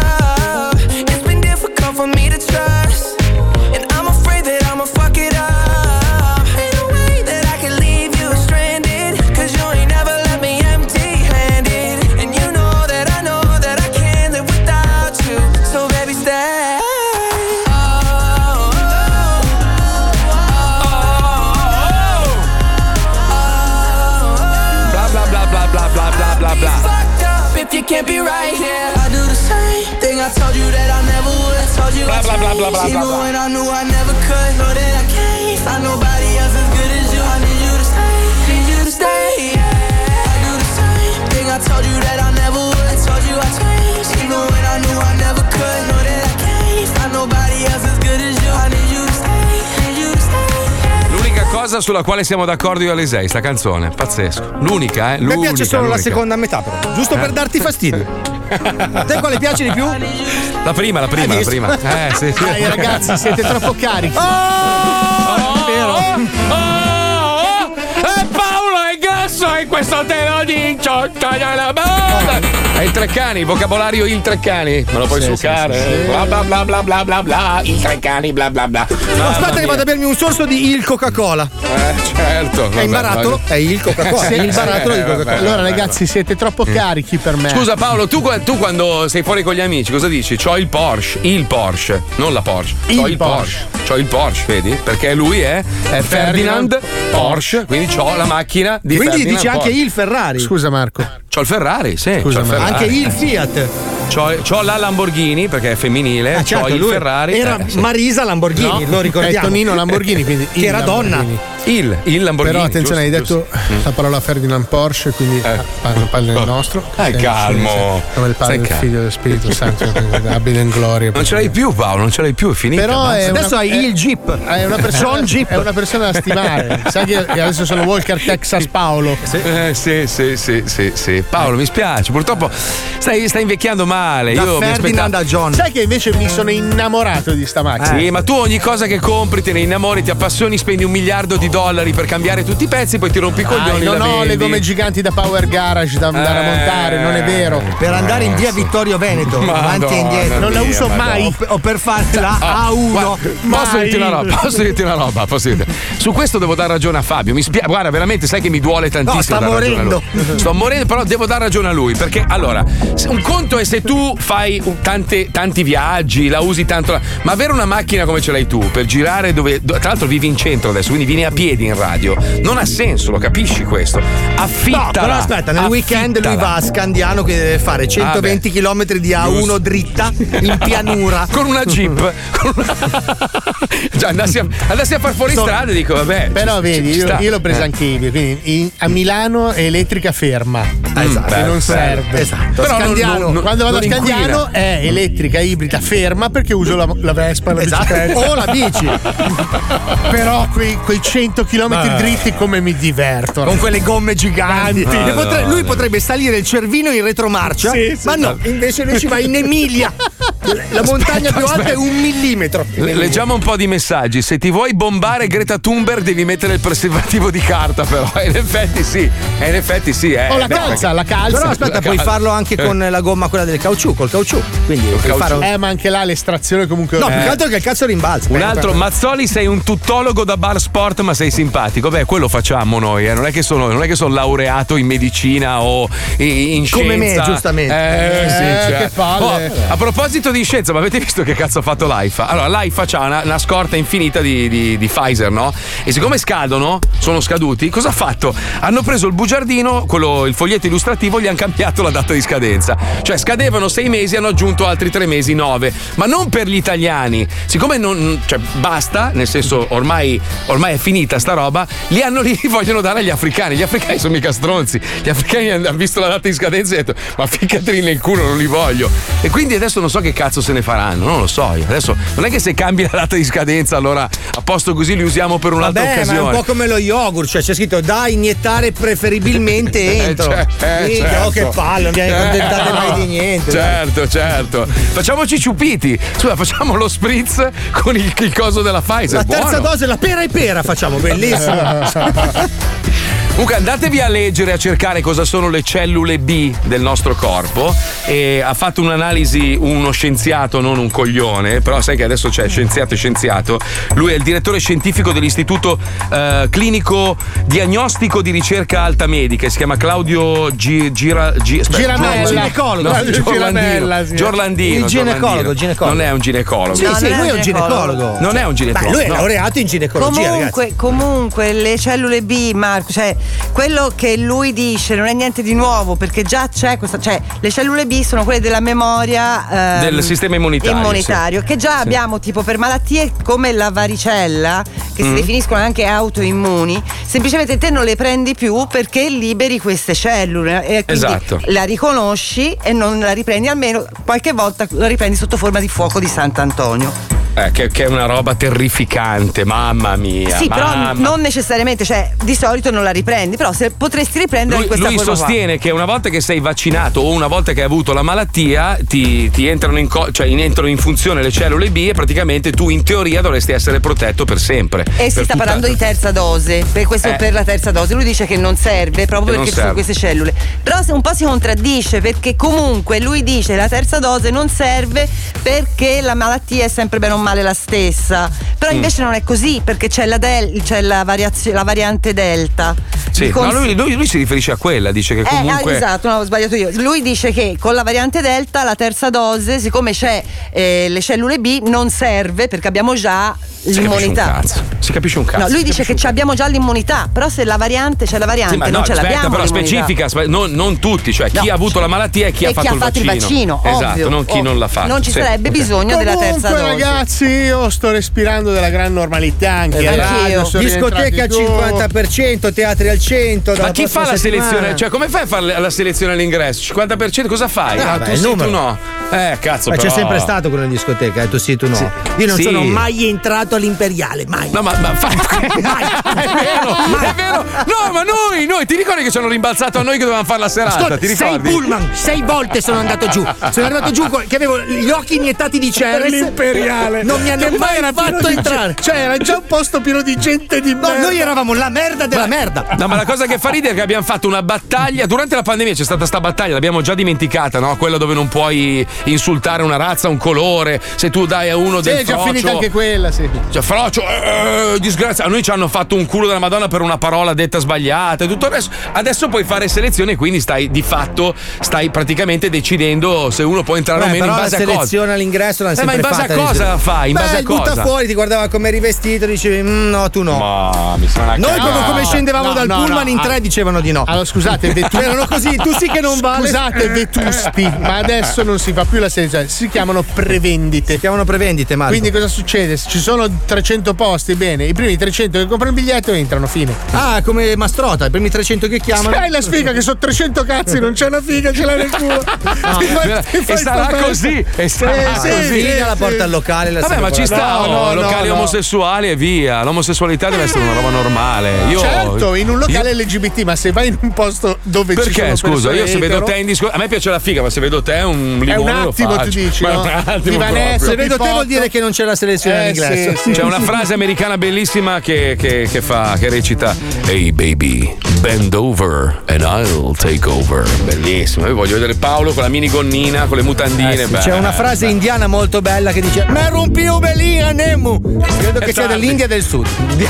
For me to trust, and I'm afraid that I'ma fuck it up. Ain't no way that I can leave you stranded, cause you ain't never left me empty-handed. And you know that I can't live without you. So baby stay. Bla bla bla bla bla bla bla bla bla. Fucked up if you can't be right here. I do the same thing, I told you that I never would. Blah, blah, blah, blah, blah, even blah. When I knew I never could. Know that I can't find nobody else as good as you. I need you to stay, need you to stay. I do the same thing, I told you that I never would. I told you I changed, even when I knew I never could. Know that I can't find nobody else as good as you. I need you to stay, need you to stay. L'unica cosa sulla quale siamo d'accordo io e Alisei, sta canzone, pazzesco. L'unica, Mi piace solo la seconda metà, però. Giusto per darti fastidio. Te quale piace di più? La prima. Sì. Dai ragazzi, siete troppo carichi. E Paolo è grasso e questo te lo dico. È il Treccani, vocabolario il Treccani. Me lo puoi succare? sì. Bla bla bla bla bla bla bla. Il Treccani, bla bla bla. Aspetta che vado a bermi un sorso di il Coca-Cola. Certo. È il barattolo? È il Coca-Cola. È il barattolo di Coca-Cola. Allora, ragazzi, siete troppo carichi per me. Scusa Paolo, tu quando sei fuori con gli amici cosa dici? C'ho il Porsche, non la Porsche. C'ho il Porsche, vedi? Perché lui è Ferdinand Porsche, quindi c'ho la macchina di Quindi Ferdinand dici anche Porsche. il Ferrari. Scusa Marco. C'ho il Ferrari, sì. Scusa, c'ho il Ferrari. anche il Fiat. C'ho la Lamborghini perché è femminile, Certo, c'ho il lui Ferrari. era sì. Marisa Lamborghini, lo ricordiamo. È Tonino Lamborghini, quindi che era donna. Il Lamborghini. Però attenzione, hai detto la parola Ferdinand Porsche, quindi parla del nostro. Calmo. Come il Padre, il Figlio e lo Spirito Santo, abile in gloria. Non ce l'hai più, Paolo, non ce l'hai più, è finita. Però adesso hai il Jeep. È una persona, John Jeep. è una persona da stimare. Sai che adesso sono Walker Texas Paolo. Sì. Paolo, mi spiace, purtroppo stai invecchiando male. Da Io Ferdinand a John. Sai che invece mi sono innamorato di sta macchina. Sì, ma tu ogni cosa che compri te ne innamori, ti appassioni, spendi $1 miliardo per cambiare tutti i pezzi, poi ti rompi i coglioni. Non la ho vendi. le gomme giganti da Power Garage da ramontare, non è vero. Per andare in via Vittorio Veneto, avanti e indietro. Non la uso mai. O per fare la A1. Posso dirti una roba? Su questo devo dare ragione a Fabio. Mi spiace, guarda, veramente sai che mi duole tantissimo. No, sta morendo. Sto morendo, però devo dare ragione a lui. Perché allora, un conto è se tu fai tanti viaggi, la usi tanto. Ma avere una macchina come ce l'hai tu per girare dove. Tra l'altro vivi in centro adesso, quindi vieni a piedi in radio. Non ha senso, lo capisci questo? Affittala. No, però aspetta, nel weekend lui va a Scandiano che deve fare 120 km di A1 dritta in pianura. Con una Jeep. Cioè, andassi a far fuori strada e dico, vabbè. Però vedi, io l'ho presa anche io. Quindi a Milano è elettrica ferma. Esatto. Che non serve. Esatto. Però Scandiano, quando vado a Scandiano è elettrica ibrida ferma perché uso la Vespa, la bicicletta. O la bici. Però quei 100 km dritti come mi diverto. Con quelle gomme giganti. Lui potrebbe salire il Cervino in retromarcia, ma no, invece lui ci va in Emilia. La montagna più alta è 1 millimetro. Leggiamo un po' di messaggi. Se ti vuoi bombare Greta Thunberg devi mettere il preservativo di carta, però. In effetti sì. O la calza. Però aspetta, puoi farlo anche con la gomma, quella del caucciù, col caucciù. Quindi puoi fare ma anche là l'estrazione comunque. No, più che altro che il cazzo rimbalza. Un altro, Mazzoli, sei un tuttologo da bar sport, ma sei simpatico. Beh, quello facciamo noi, Non è che sono laureato in medicina o in scienza. Come me, giustamente. Sì, che palle. A proposito di scienza, ma avete visto che cazzo ha fatto l'AIFA? Allora, l'AIFA c'ha una scorta infinita di Pfizer, no? E siccome sono scaduti, cosa ha fatto? Hanno preso il bugiardino, il foglietto illustrativo, gli hanno cambiato la data di scadenza. Cioè, scadevano 6 mesi, hanno aggiunto altri 3 mesi, 9. Ma non per gli italiani. Siccome basta, nel senso, ormai è finita sta roba, li vogliono dare agli africani. Gli africani sono mica stronzi. Gli africani hanno visto la data di scadenza e hanno detto, ma ficcateli nel culo, non li voglio. E quindi adesso non so che cazzo se ne faranno, non lo so io. Adesso non è che se cambi la data di scadenza allora a posto così li usiamo per un'altra occasione. Ma è un po' come lo yogurt, cioè c'è scritto da iniettare preferibilmente entro. Certo. Oh, che palle, non vi accontentate mai di niente. Certo. Facciamoci ciupiti. Scusa, facciamo lo spritz con il coso della Pfizer. La terza buono. dose, la pera e pera facciamo, bellissimo. Comunque andatevi a leggere, a cercare cosa sono le cellule B del nostro corpo. E ha fatto un'analisi uno scienziato, non un coglione, però sai che adesso c'è scienziato e scienziato. Lui è il direttore scientifico dell'Istituto Clinico Diagnostico di Ricerca Alta Medica, si chiama Claudio Giramella. Ginecologo. Giorlandino. Il ginecologo. Non è un ginecologo. Sì, lui è un ginecologo. Non è un ginecologo. Lui è laureato in ginecologia. Comunque le cellule B, Marco, cioè quello che lui dice non è niente di nuovo, perché già c'è questa, cioè le cellule B sono quelle della memoria del sistema immunitario, che già abbiamo tipo per malattie come la varicella, che si definiscono anche autoimmuni. Semplicemente te non le prendi più perché liberi queste cellule e quindi la riconosci e non la riprendi, almeno qualche volta la riprendi sotto forma di fuoco di Sant'Antonio. Che è una roba terrificante, mamma mia. Sì, però non necessariamente, cioè di solito non la riprendi, però se potresti riprendere questa lui forma sostiene che una volta che sei vaccinato o una volta che hai avuto la malattia ti entrano entrano in funzione le cellule B e praticamente tu in teoria dovresti essere protetto per sempre. E si sta parlando di terza dose, per la terza dose. Lui dice che non serve proprio perché ci sono queste cellule. Però un po' si contraddice, perché comunque lui dice che la terza dose non serve perché la malattia è sempre bene o male la stessa. Però invece non è così, perché c'è la variante Delta. Sì, ma lui si riferisce a quella, dice che comunque. Esatto, no, ho sbagliato io. Lui dice che con la variante Delta la terza dose, siccome c'è le cellule B, non serve perché abbiamo già l'immunità. Si capisce un cazzo. No, lui dice che abbiamo già l'immunità, però se la variante c'è la variante, sì, non ce l'abbiamo. Però l'immunità. specifica, non tutti, cioè chi ha avuto la malattia e chi ha fatto il vaccino. Esatto, ovvio, non chi non l'ha fatto. Non ci sarebbe bisogno della terza dose. Ragazzi, io sto respirando della gran normalità anche a radio. Discoteche al 50%, teatri al 100%. Ma chi fa la selezione? Cioè, come fai a fare la selezione all'ingresso? 50% cosa fai? Vabbè, tu sì, tu no. Cazzo, però. C'è sempre stato quello in discoteca, tu sì, tu no. Sì. Io non sono mai entrato all'Imperiale, mai. No, ma fai. È vero. No, ma noi, ti ricordi che ci hanno rimbalzato a noi che dovevamo fare la serata? Ascolta, ti ricordi? 6 pullman, 6 volte sono andato giù. Sono arrivato giù che avevo gli occhi iniettati di Ceres. L'Imperiale. Non mi hanno mai fatto entrare. Cioè, era già un posto pieno di gente di merda. No, noi eravamo la merda della merda. No, ma la cosa che fa ridere è che abbiamo fatto una battaglia. Durante la pandemia c'è stata sta battaglia, l'abbiamo già dimenticata, no? Quella dove non puoi insultare una razza, un colore. Se tu dai a uno del frocio. È già finita anche quella, sì. Cioè, frocio, disgrazia. A noi ci hanno fatto un culo della Madonna per una parola detta sbagliata e tutto il resto. Adesso puoi fare selezione, quindi stai praticamente decidendo se uno può entrare o meno in base a cosa. La selezione all'ingresso l'hanno sempre fatta. Ma in base a cosa la fai? In base a cosa? Butta fuori, ti guardava come eri vestito, dicevi no, tu no. Ma mi sa una Noi proprio come scendevamo dal pullman in 3 dicevano di no. Allora scusate, erano così, tu sì che non vale. Scusate, vetusti, ma adesso non si fa più la selezione, si chiamano prevendite. Marco. Quindi cosa succede? Ci sono 300 posti, bene, i primi 300 che comprano il biglietto entrano, fine. Ah, come Mastrota, i primi 300 che chiamano. Sai la sfiga che sono 300 cazzi, non c'è una figa, ce l'hai nel culo. E sarà così. E sarà così. La porta al locale. Vabbè, ma ci sta, locali omosessuali e via. L'omosessualità deve essere una roba normale. Certo, in un locale LGBT, ma se vai in un posto dove ci sono perché, scusa, io se vedo te in disco. A me piace la figa, ma se vedo te un limone è un attimo, lo faccio. tu dici, ma no? un attimo se vedo te vuol dire che non c'è la selezione all'ingresso. C'è una frase americana bellissima che recita: Hey baby, bend over and I'll take over. Bellissimo. Io voglio vedere Paolo con la minigonnina, con le mutandine. C'è una frase indiana molto bella che dice: Me rompiu belina Nemu. Credo che sia dell'India e del Sud.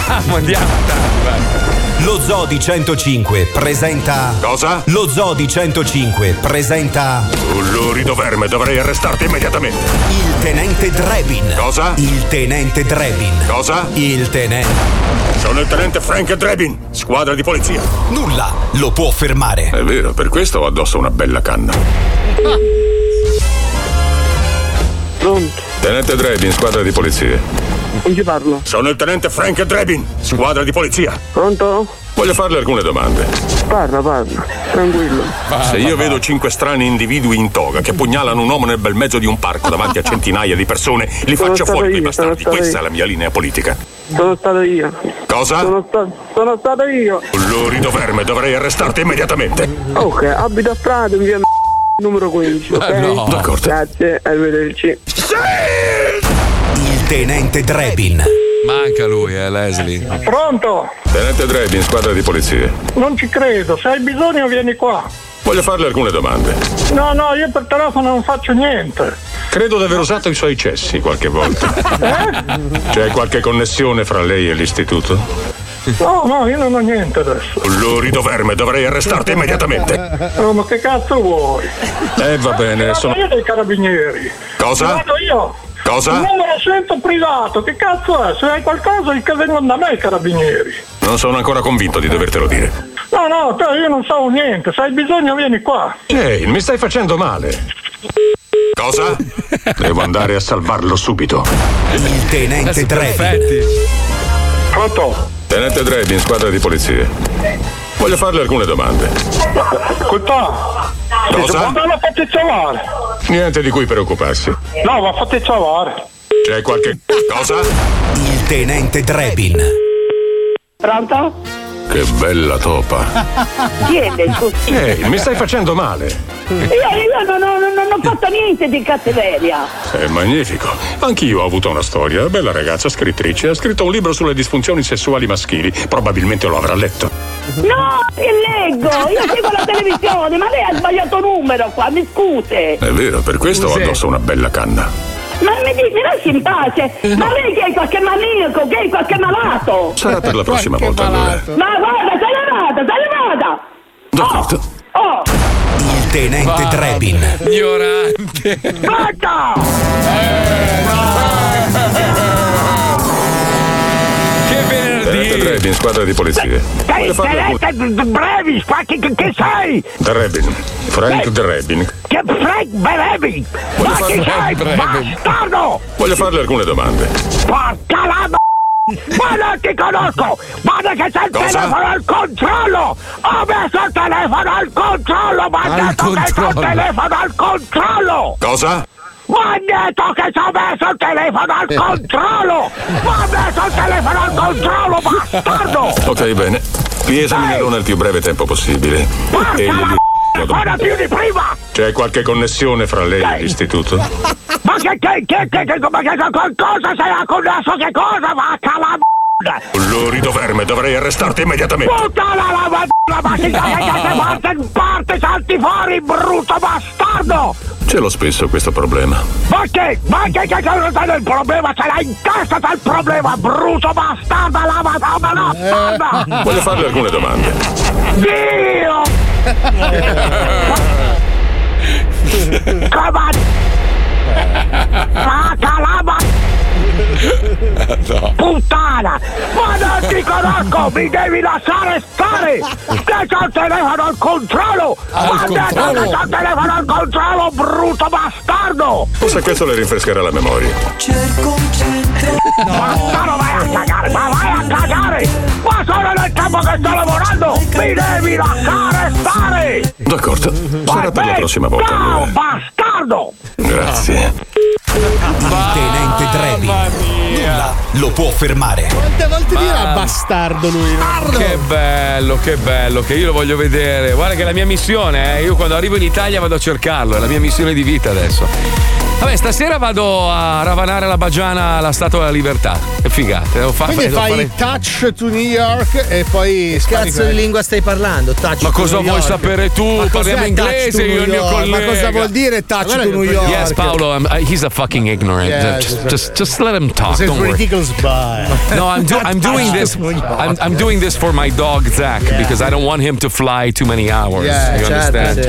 Andiamo. Lo Zodi 105 presenta. Cosa? Lo Zodi 105 presenta. Lurido verme, dovrei arrestarti immediatamente. Il tenente Drebin. Cosa? Il tenente Drebin. Cosa? Il tenente. Sono il tenente Frank Drebin, squadra di polizia. Nulla lo può fermare. È vero, per questo ho addosso una bella canna. Pronto? Tenente Drebin, squadra di polizia. Con chi parlo? Sono il tenente Frank Drebin, squadra di polizia. Pronto? Voglio farle alcune domande. Parla, tranquillo. Se io vedo 5 strani individui in toga che pugnalano un uomo nel bel mezzo di un parco davanti a centinaia di persone, li faccio fuori quei bastardi. Questa è la mia linea politica. Sono stato io. Cosa? Sono stato io. Lurido verme, dovrei arrestarti immediatamente. Ok, abito a Prato, in via numero 15, ok? No. D'accordo. Grazie, arrivederci. Il tenente Drebin. Manca lui, Leslie. Pronto? Tenente Drebin, squadra di polizia. Non ci credo, se hai bisogno vieni qua. Voglio farle alcune domande. No, io per telefono non faccio niente. Credo di aver usato i suoi cessi qualche volta. C'è qualche connessione fra lei e l'istituto? No, io non ho niente adesso. Lurido verme, dovrei arrestarti immediatamente. No, ma che cazzo vuoi? Va bene, sono io dei carabinieri. Cosa? Vado io. Cosa? Il numero 100 privato, che cazzo è? Se hai qualcosa che vengono da me i carabinieri. Non sono ancora convinto di dovertelo dire. No, io non so niente, se hai bisogno vieni qua. Ehi, mi stai facendo male. Cosa? Devo andare a salvarlo subito. Il tenente Drebin. Pronto? Tenente Drebin, squadra di polizia. Voglio farle alcune domande. Ascolta. Cosa? Non la fate chiamare. Niente di cui preoccuparsi. No, ma fate chiamare. C'è qualche cosa? Il tenente Drebin. Pronto? Che bella topa. Chi è? Scusi? Ehi, mi stai facendo male. Io non ho fatto niente di cattiveria. È magnifico. Anch'io ho avuto una storia. Bella ragazza, scrittrice. Ha scritto un libro sulle disfunzioni sessuali maschili. Probabilmente lo avrà letto. No, che leggo! Io seguo la televisione, ma lei ha sbagliato numero qua, mi scusi. È vero, per questo ho addosso una bella canna. Ma mi lasci in pace! Ma lei che è qualche maniaco, che è qualche malato! Sarà per la prossima volta allora. Ma guarda, se ne vada! D'accordo. Oh! Il tenente Drebin. Ignorante. Basta! Che venerdì! Drebin, squadra di polizia. Brevi, che sei? Drebin. Frank Drebin. Che Frank Drebin? Ma chi sei? Bastardo! Voglio farle alcune domande. Porca la ma non ti conosco! Guarda che c'è il telefono al controllo! Ho messo il telefono al controllo! Ma ha detto che c'è il telefono al controllo! Cosa? Ma ha detto che ci ho messo il telefono al controllo! Ma ha messo il telefono al controllo, bastardo! Ok, bene. Vi esaminerò nel più breve tempo possibile. Ora più di prima! C'è qualche connessione fra lei e l'istituto? Ma che qualcosa sei a connesso che cosa? Ma cala Lurido verme, dovrei arrestarti immediatamente. Puttana la madonna, ma che parte in parte salti fuori, brutto bastardo! Ce l'ho spesso questo problema. Ma che cosa c'è del problema? Ce l'hai in testa c'è il problema, brutto bastardo, la madonna bastarda! Voglio farle alcune domande. Dio! Puttana! Ma non ti conosco! Mi devi lasciare stare! Che c'ho il telefono al controllo! Ma detto che c'ho il telefono al controllo, brutto bastardo! Forse questo le rinfrescherà la memoria. Cerco un centro. Bastardo, vai a cagare! Ma vai a cagare! Ma sono nel tempo che sto lavorando! Mi devi lasciare stare! D'accordo, sarà per la prossima volta. Ciao, bastardo! Grazie. Il tenente Drebin. Nulla lo può fermare. Quante volte dirà bastardo lui? Che bello, che io lo voglio vedere. Guarda che è la mia missione, io quando arrivo in Italia vado a cercarlo, è la mia missione di vita adesso. Vabbè, stasera vado a ravanare la Bagiana alla Statua della Libertà. È figata, devo fare. Quindi fai touch to New York e poi cazzo di lingua stai parlando? Touch ma to cosa New vuoi York? sapere tu? Ma Parliamo inglese io e il mio collega. Ma cosa vuol dire touch to New York? Yes, Paolo, he's a fucking ignorant. Yes. Just let him talk. It's Don't worry. ridiculous, No, I'm doing this. I'm doing this for my dog Zach because I don't want him to fly too many hours. You understand?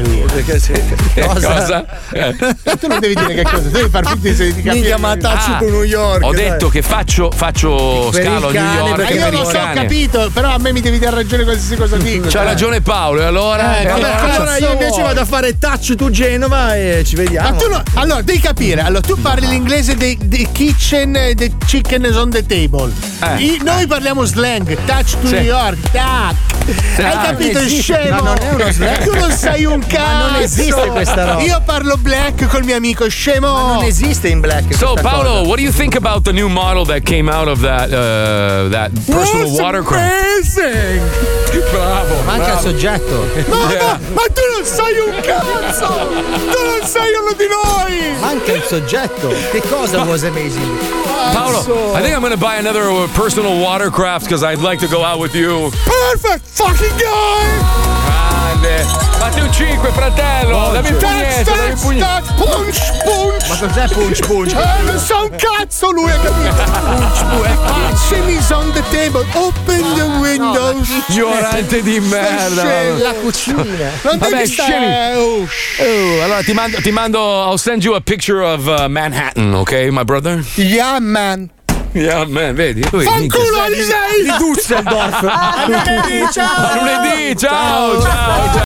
Cosa? Tu non devi dire che cosa, devi far finta di capire. Minchia, ma touch to New York. Ho detto che faccio scalo a New York. Ma io lo so, capito, però a me mi devi dare ragione qualsiasi cosa dico. C'ha ragione Paolo, e allora? Allora io invece vado a fare touch to Genova e ci vediamo. Ma tu allora devi capire, allora tu parli l'inglese dei kitchen, dei chicken is on the table. Noi parliamo slang, touch to New York, tac. Hai capito, scemo? Ma non è uno slang. Tu non sai un cazzo. Ma non esiste questa roba. Io parlo black col mio amico, scemo. Ma non esiste in black. So Paolo, what do you think about the new model that came out of that personal watercraft? Amazing! Bravo. Manca il soggetto. Ma tu non sai un cazzo! Tu non sai uno di noi! Manca il soggetto. Che cosa was amazing? Paolo, I think I'm gonna buy another personal watercraft because I'd like to go out with you. Perfect fucking guy! Grande. Fatti un 5, fratello. Dammi il pugnetto, dammi il pugnetto. Punch! Ma cos'è punch? Non so un cazzo lui, ha capito? Action is on the table. Open the windows. Ignorante di merda. La cucina. Non Vabbè, devi stare. Allora ti mando I'll send you a picture of Manhattan, okay, my brother? Yeah, man. Yeah, man, vedi? Fanculo, Alisei! Di Düsseldorf. Lunedì, ciao.